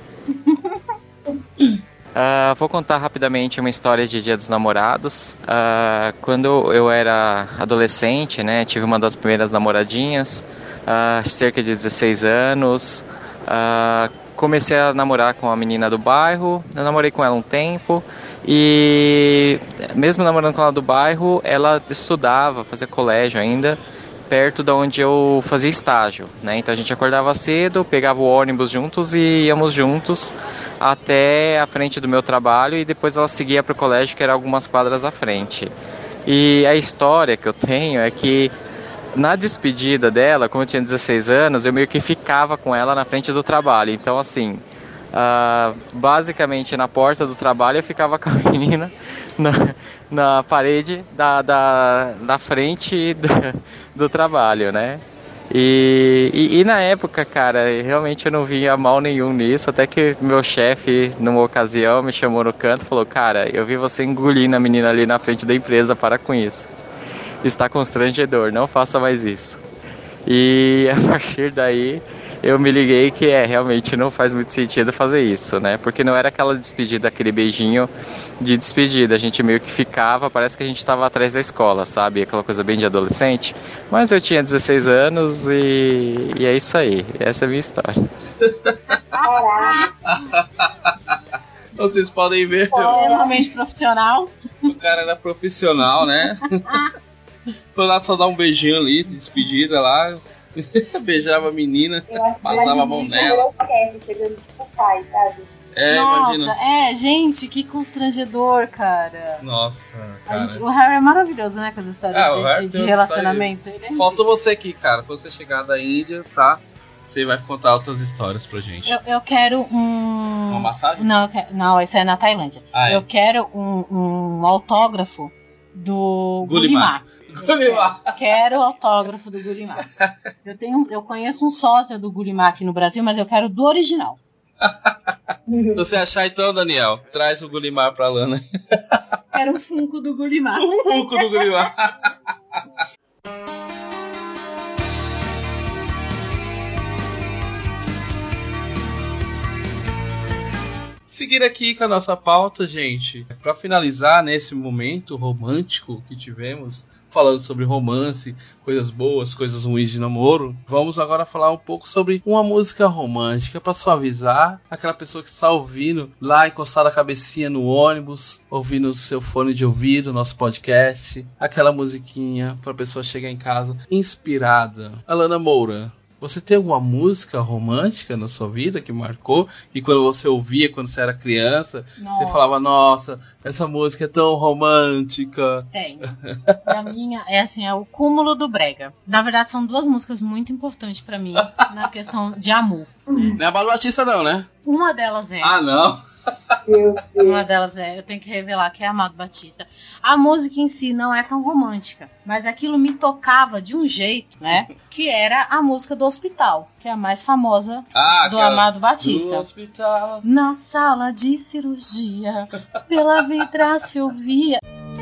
Uh, vou contar rapidamente uma história de Dia dos Namorados. Uh, quando eu era adolescente, né, tive uma das primeiras namoradinhas, uh, cerca de dezesseis anos. Uh, comecei a namorar com uma menina do bairro, eu namorei com ela um tempo. E mesmo namorando com ela do bairro, ela estudava, fazia colégio ainda, perto de onde eu fazia estágio, né? Então a gente acordava cedo, pegava o ônibus juntos e íamos juntos até a frente do meu trabalho e depois ela seguia para o colégio, que era algumas quadras à frente. E a história que eu tenho é que na despedida dela, como eu tinha dezesseis anos, eu meio que ficava com ela na frente do trabalho. Então, assim, uh, basicamente na porta do trabalho eu ficava com a menina na, na parede da, da, da frente do, do trabalho, né? E, e, e na época, cara, realmente eu não via mal nenhum nisso, até que meu chefe, numa ocasião, me chamou no canto e falou: cara, eu vi você engolindo a menina ali na frente da empresa, para com isso. Está constrangedor, não faça mais isso. E a partir daí eu me liguei que é, realmente não faz muito sentido fazer isso, né? Porque não era aquela despedida, aquele beijinho de despedida. A gente meio que ficava, parece que a gente estava atrás da escola, sabe? Aquela coisa bem de adolescente. Mas eu tinha dezesseis anos e, e é isso aí. Essa é a minha história. Vocês podem ver. Extremamente profissional. O cara era profissional, né? Foi lá só dar um beijinho ali, de despedida lá. Beijava a menina, passava a mão nela. Chegando tipo pai, sabe? É, Nossa, imagina. é, gente, que constrangedor, cara. Nossa, A cara. gente- o Harry é maravilhoso, né, com as histórias Ah, o de- Harry de, tem relacionamento. Ele é Faltou você aqui, cara. Quando você chegar da Índia, tá? Você vai contar outras histórias pra gente. Eu, eu quero um. Uma massagem? Não, eu quero... não, esse é na Tailândia. Ah, é? Eu quero um, um autógrafo do Gulimar. Gulimar. Gulimar. Quero o autógrafo do Gulimar. Eu, tenho, eu conheço um sósia do Gulimar aqui no Brasil, mas eu quero do original. Se você achar então, Daniel, traz o Gulimar pra Lana. Quero um Funko do Gulimar. O Funko do Gulimar. Seguir aqui com a nossa pauta, gente. Pra finalizar nesse momento romântico que tivemos, falando sobre romance, coisas boas, coisas ruins de namoro, vamos agora falar um pouco sobre uma música romântica pra suavizar aquela pessoa que está ouvindo lá, encostada a cabecinha no ônibus, ouvindo o seu fone de ouvido, nosso podcast, aquela musiquinha pra pessoa chegar em casa inspirada. Alana Moura, você tem alguma música romântica na sua vida que marcou? E quando você ouvia, quando você era criança, Nossa. você falava, nossa, essa música é tão romântica. Tem. E a minha é assim, é o cúmulo do brega. Na verdade, são duas músicas muito importantes pra mim na questão de amor. Não é a Amado Batista não, né? Uma delas é. Ah, não? Uma delas é, eu tenho que revelar que é Amado Batista. A música em si não é tão romântica, mas aquilo me tocava de um jeito, né? Que era a música do Hospital, que é a mais famosa Ah, do aquela Amado Batista. do hospital. Na sala de cirurgia, pela vitra se ouvia.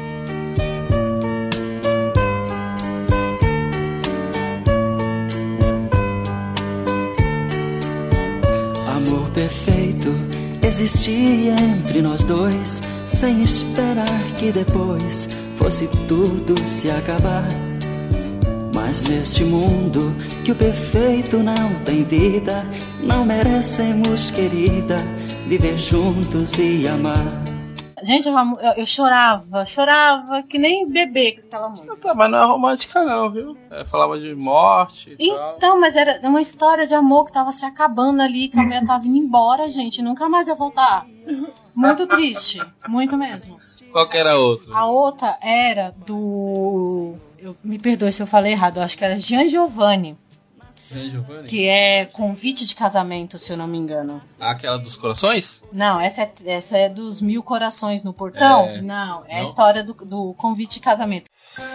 Amor perfeito existia entre nós dois, sem esperar que depois fosse tudo se acabar. Mas neste mundo que o perfeito não tem vida, não merecemos, querida, viver juntos e amar. Gente, eu, eu, eu chorava, chorava que nem bebê com aquela música. Tá, mas não é romântica não, viu? É, falava de morte e tal. Então, mas era uma história de amor que tava se acabando ali, que a mulher tava indo embora, gente, nunca mais ia voltar. Muito triste, muito mesmo. Qual que era a outra? A outra era do... Eu, me perdoe se eu falei errado, eu acho que era Gian Giovanni, Giovanni? que é Convite de Casamento, se eu não me engano. Aquela dos corações? Não, essa é, essa é dos Mil Corações no Portão? É. Não, é Não? a história do, do Convite de Casamento.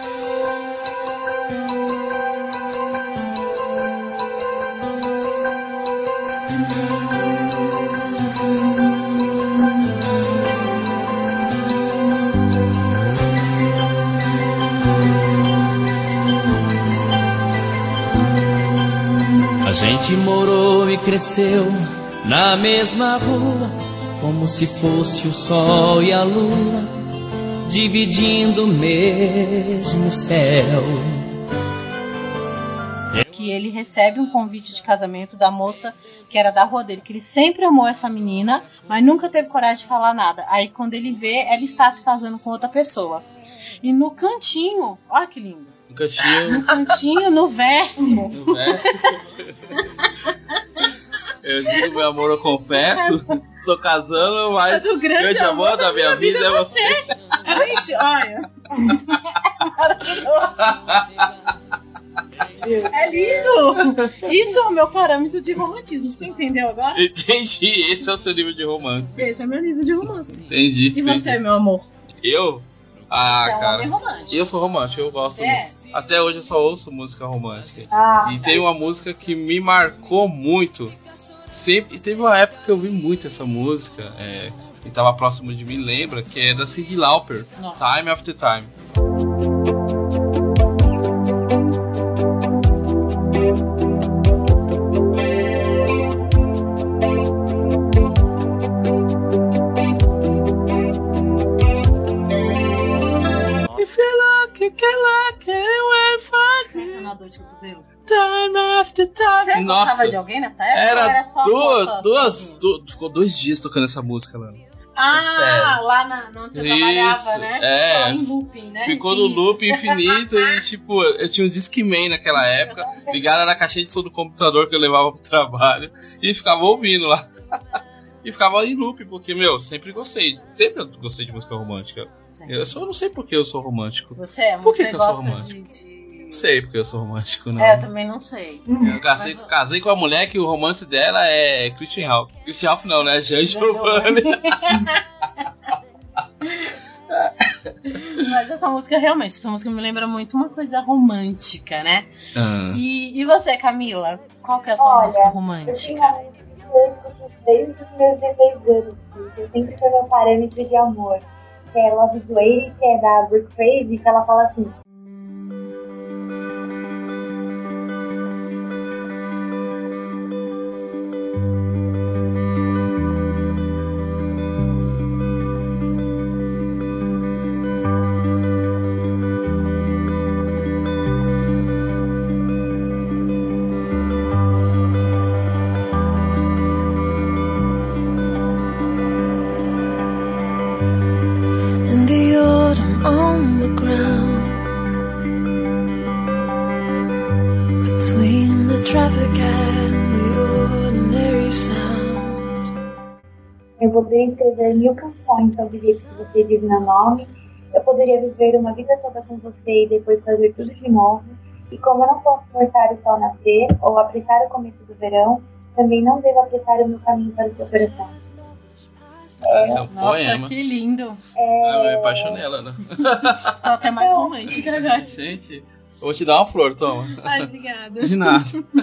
A gente morou e cresceu na mesma rua, como se fosse o sol e a lua, dividindo o mesmo céu. Que ele recebe um convite de casamento da moça que era da rua dele, que ele sempre amou essa menina, mas nunca teve coragem de falar nada. Aí quando ele vê, ela está se casando com outra pessoa. E no cantinho, olha que lindo. No cantinho. No cantinho, no verso. No verso. Eu digo, meu amor, eu confesso. Estou casando, mas, Mas o grande amor, amor da minha vida é você. Gente, olha. Maravilhoso. É lindo! Isso é o meu parâmetro de romantismo, você entendeu agora? Entendi, esse é o seu nível de romance. Esse é o meu nível de romance. Entendi. E você, entendi. Meu amor? Eu? Ah, você é um cara. homem romântico. Eu sou romântico, eu gosto. É. Até hoje eu só ouço música romântica. Ah, e tem uma música que me marcou muito. Sempre, e teve uma época que eu vi muito essa música. É, e tava próximo de mim, lembra? Que é da Cyndi Lauper. Nossa. Time After Time. Time after time. Você Nossa, gostava de alguém nessa época? Era, era só duas, duas, du, ficou dois dias tocando essa música, mano. Ah, lá na, onde você Isso, trabalhava, né? É. Ficou em looping, né? Ficou infinito. no loop infinito e, tipo, eu tinha um Discman naquela época, ligada na caixinha de som do computador que eu levava pro trabalho e ficava ouvindo lá. E ficava em loop, porque, meu, sempre gostei. Sempre eu gostei de música romântica. Sim. Eu só não sei por que eu sou romântico. Você é, por que, você que eu gosta sou romântico? De, de... Não sei porque eu sou romântico, não. É, eu também não sei. Eu casei, Mas... casei com a mulher que o romance dela é Christian Ralph. Christian Ralph não, né? Jean Giovanni. Mas essa música, realmente, essa música me lembra muito uma coisa romântica, né? Ah. E, e você, Camila? Qual que é a sua Olha, música romântica? Eu desde os meus dezesseis anos, eu sempre foi meu parâmetro de amor. Que é Love Is Way, que é da Brooke Fraser, que ela fala assim: eu poderia escrever mil canções sobre o jeito que você diz meu nome. Eu poderia viver uma vida toda com você e depois fazer tudo de novo. E como eu não posso forçar o sol nascer ou apressar o começo do verão, também não devo apressar o meu caminho para o seu coração. É, é um Nossa, poema. Que lindo. É... Ah, eu me apaixonei ela, né? Tô até mais romântica agora. Gente, eu vou te dar uma flor, toma. Ai, obrigada. De nada.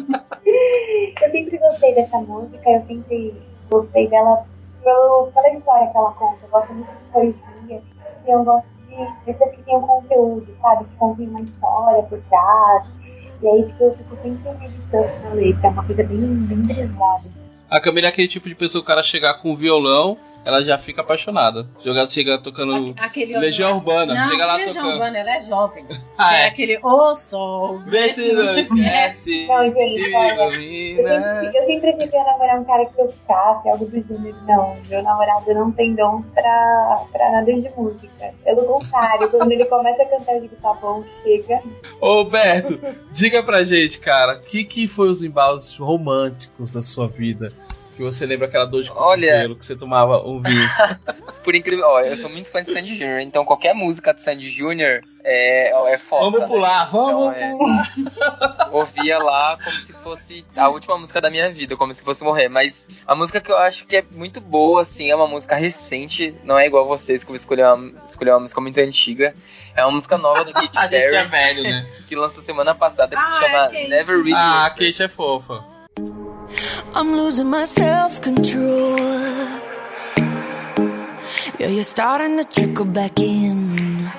Eu sempre gostei dessa música, eu sempre gostei dela pelo, pela história que ela conta. Eu gosto muito de poesia e eu gosto de pessoas que tenham conteúdo, sabe? Que contem uma história por trás. E aí tipo, eu fico sempre meditando na letra, é uma coisa bem, bem pesada. A Camila é aquele tipo de pessoa que o cara chegar com violão, ela já fica apaixonada. Jogar, chega tocando aquele Legião Urbana. Não, chega lá Legião tocando. Urbana, ela é jovem. Ah, é, é aquele ô sol. Vê se não esquece. Não, gente, olha, eu sempre, eu sempre queria namorar um cara que eu ficasse, algo do gênero. Não, meu namorado não tem dom pra, pra nada de música. Pelo contrário, quando ele começa a cantar, eu digo, tá bom, chega. Ô, Beto, diga pra gente, cara, o que, que foi os embalos românticos da sua vida? Que você lembra aquela dor de cotovelo que você tomava um vinho. Por incrível, ó, eu sou muito fã de Sandy Júnior, então qualquer música de Sandy Júnior é, é fossa. Vamos pular, né? vamos então, pular. É, ouvia lá como se fosse a última música da minha vida, como se fosse morrer. Mas a música que eu acho que é muito boa, assim, é uma música recente, não é igual vocês que eu escolhi uma, escolhi uma música muito antiga. É uma música nova da Katy Perry. é velho, né? Que lançou semana passada, que ah, se chama é Never Really. Ah, a Katy é fofa. I'm losing my self-control. Yeah, you're starting to trickle back in,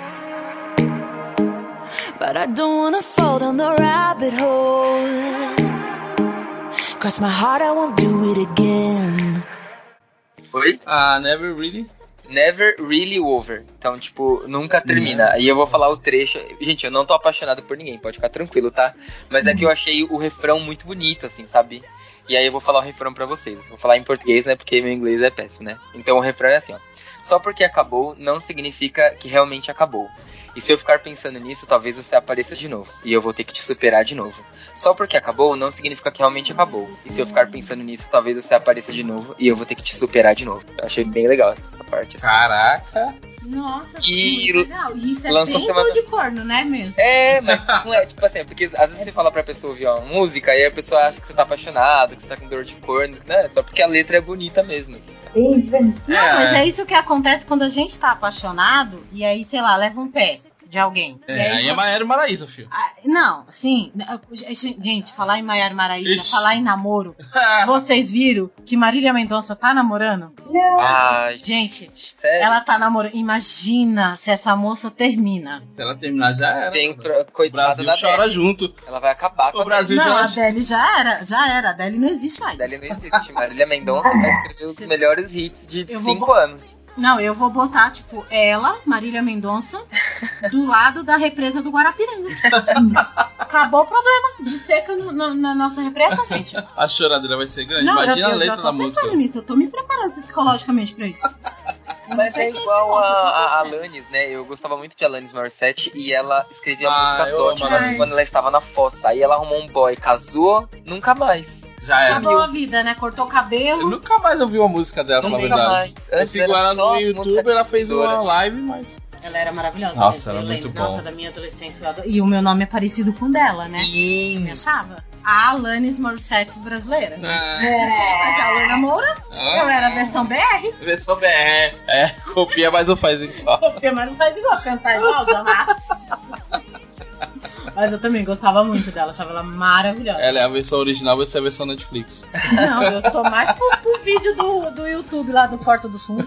but I don't wanna fall down the rabbit hole. Cross my heart, I won't do it again. Oi? Ah, Never Really. Never Really Over. Então, tipo, nunca termina. Aí eu vou falar o trecho. Gente, eu não tô apaixonado por ninguém, pode ficar tranquilo, tá? Mas é que eu achei o refrão muito bonito, assim, sabe? E aí eu vou falar o refrão pra vocês. Vou falar em português, né? Porque meu inglês é péssimo, né? Então o refrão é assim, ó. Só porque acabou não significa que realmente acabou. E se eu ficar pensando nisso, talvez você apareça de novo. E eu vou ter que te superar de novo. Só porque acabou não significa que realmente acabou. E se eu ficar pensando nisso, talvez você apareça de novo. E eu vou ter que te superar de novo. Eu achei bem legal essa parte. Assim. Caraca. Nossa, E muito legal. E isso é lançou bem semana- de corno, né mesmo? É, mas não é, tipo assim, porque às vezes você fala pra pessoa ouvir uma música, aí a pessoa acha que você tá apaixonado, que você tá com dor de corno, não, é só porque a letra é bonita mesmo, assim, sabe? Não, mas é isso que acontece quando a gente tá apaixonado e aí, sei lá, leva um pé de alguém. É, E aí, aí é você- Maiara e Maraísa, filho. Ah, não, sim. Gente, falar em Maiara e Maraísa, Ixi. falar em namoro. Vocês viram que Marília Mendonça tá namorando? Não. Ai, Gente, sério? ela tá namorando. Imagina se essa moça termina. Se ela terminar, já era. Tem pro... O coitada Brasil da chora Adele. junto. Ela vai acabar com O a Brasil Não, a já... Adele já era, já era. A Adele não existe mais. Adele não existe. Marília Mendonça vai escrever os melhores hits de Eu vou cinco bo- anos. Não, eu vou botar, tipo, ela, Marília Mendonça, do lado da represa do Guarapiranga. Acabou o problema de seca no- no- na nossa represa, gente. A choradeira vai ser grande. Não, Imagina eu, eu a letra já da tô música. pensando nisso, eu tô me preparando psicologicamente pra isso. Eu não Mas sei é quem igual esse moço, a, eu tô a pensando. Alanis, né? Eu gostava muito de Alanis Morissette e ela escrevia Ah, música eu só, amo tipo Alanis. assim, quando ela estava na fossa. Aí ela arrumou um boy, casou, nunca mais. Já era. Acabou a vida, né? Cortou o Eu cabelo. nunca mais ouvi uma música dela, pra falar a Nunca verdade. mais. Eu Antes sigo era ela só no as YouTube, músicas ela fez uma escritora. live, mas... Ela era maravilhosa. Nossa, eu era lembro. muito Nossa, bom. da minha adolescência. Eu adoro- E o meu nome é parecido com o dela, né? Sim. Me achava. A Alanis Morissette brasileira. Ah, Mas a Alana Moura, eu era a versão B R. versão B R. É, copia, mas não faz igual. Porque mas não faz igual, cantar igual, jamais. Mas eu também gostava muito dela, achava ela maravilhosa. Ela é a versão original, você é a versão Netflix. Não, eu tô mais pro, pro vídeo do, do YouTube lá do Porta dos Fundos.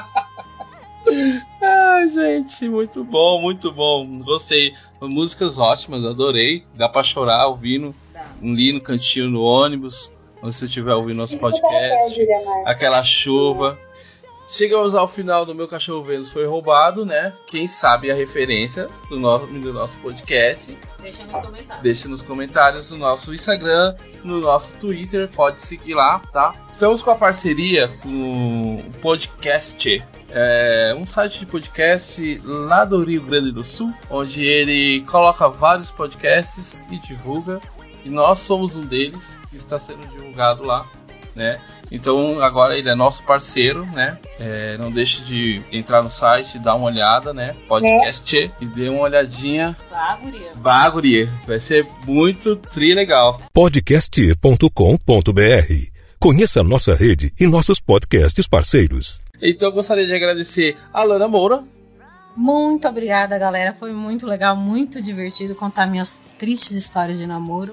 Ai, gente, muito bom, muito bom. Gostei. Músicas ótimas, adorei. Dá pra chorar ouvindo. Ali no cantinho no ônibus. Onde você estiver ouvindo nosso podcast. Aquela chuva. Chegamos ao final do Meu Cachorro Vênus Foi Roubado, né? Quem sabe a referência do nosso, do nosso podcast. Deixa nos comentários. Deixe nos comentários no nosso Instagram, no nosso Twitter, pode seguir lá, tá? Estamos com a parceria com o Podcast, é um site de podcast lá do Rio Grande do Sul, onde ele coloca vários podcasts e divulga, e nós somos um deles que está sendo divulgado lá, né? Então agora ele é nosso parceiro, né? É, não deixe de entrar no site, dar uma olhada, né? Podcast, e dê uma olhadinha. Baguria. Baguria, vai ser muito tri legal. podcast ponto com ponto b r. Conheça nossa rede e nossos podcasts parceiros. Então eu gostaria de agradecer a Alana Moura. Muito obrigada, galera. Foi muito legal, muito divertido contar minhas tristes histórias de namoro.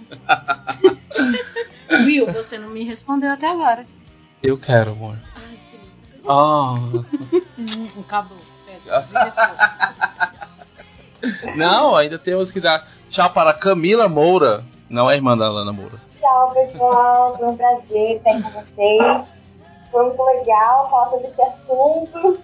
Will, você não me respondeu até agora. Eu quero, amor. Ai, que lindo. Oh. Hum, acabou. Fecha. Me responde. Não, ainda temos que dar tchau para Camila Moura. Não é irmã da Alana Moura. Tchau, pessoal. Foi um prazer estar aí com vocês. Foi muito legal falar sobre esse assunto.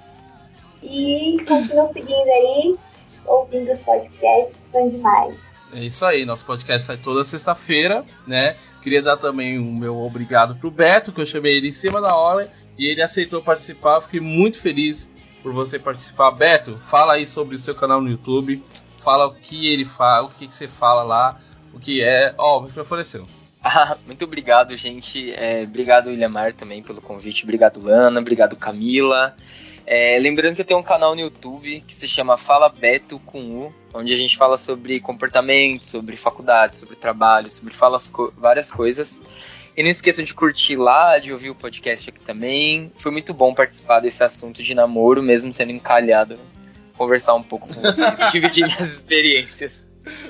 E continuam seguindo aí, ouvindo os podcasts, são demais. É isso aí, nosso podcast sai toda sexta-feira, né? Queria dar também o meu obrigado pro Beto, que eu chamei ele em cima da hora e ele aceitou participar. Fiquei muito feliz por você participar. Beto, fala aí sobre o seu canal no YouTube, fala o que ele fala, o que, que você fala lá, o que é. Ó, oh, o microfone é seu. Ah, muito obrigado, gente. É, obrigado, Williamar, também pelo convite. Obrigado, Lana. Obrigado, Camila. É, lembrando que eu tenho um canal no YouTube que se chama Fala Beto com U, onde a gente fala sobre comportamento, sobre faculdade, sobre trabalho, sobre fala co- várias coisas. E não esqueçam de curtir lá, de ouvir o podcast aqui também. Foi muito bom participar desse assunto de namoro, mesmo sendo encalhado. Conversar um pouco com vocês e dividir minhas experiências.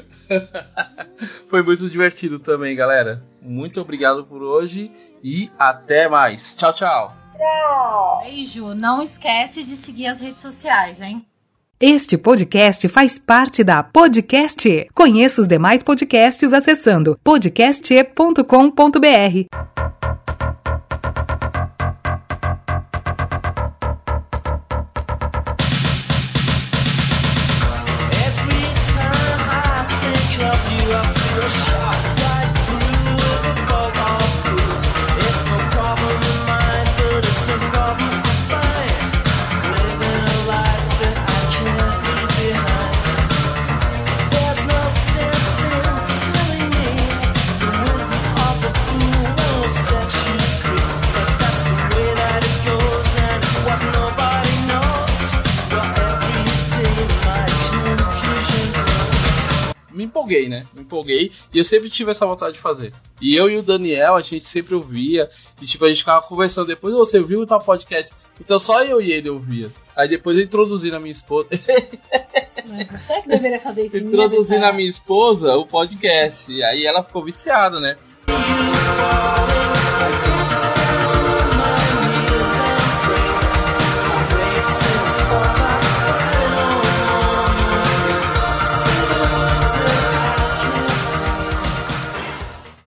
Foi muito divertido também, galera. Muito obrigado por hoje e até mais. Tchau, tchau. Tchau. Beijo. Não esquece de seguir as redes sociais, hein? Este podcast faz parte da Podcast. Conheça os demais podcasts acessando podcast ponto com ponto b r. There's no sense in telling me the wisdom of the fool won't say. empolguei, né? Me empolguei e eu sempre tive essa vontade de fazer. E eu e o Daniel, a gente sempre ouvia e tipo, a gente ficava conversando depois, você viu o tal podcast? Então só eu e ele ouvia. Aí depois eu introduzi na minha esposa. Mas você que deveria fazer isso. Introduzi na minha esposa o podcast. E aí ela ficou viciada, né?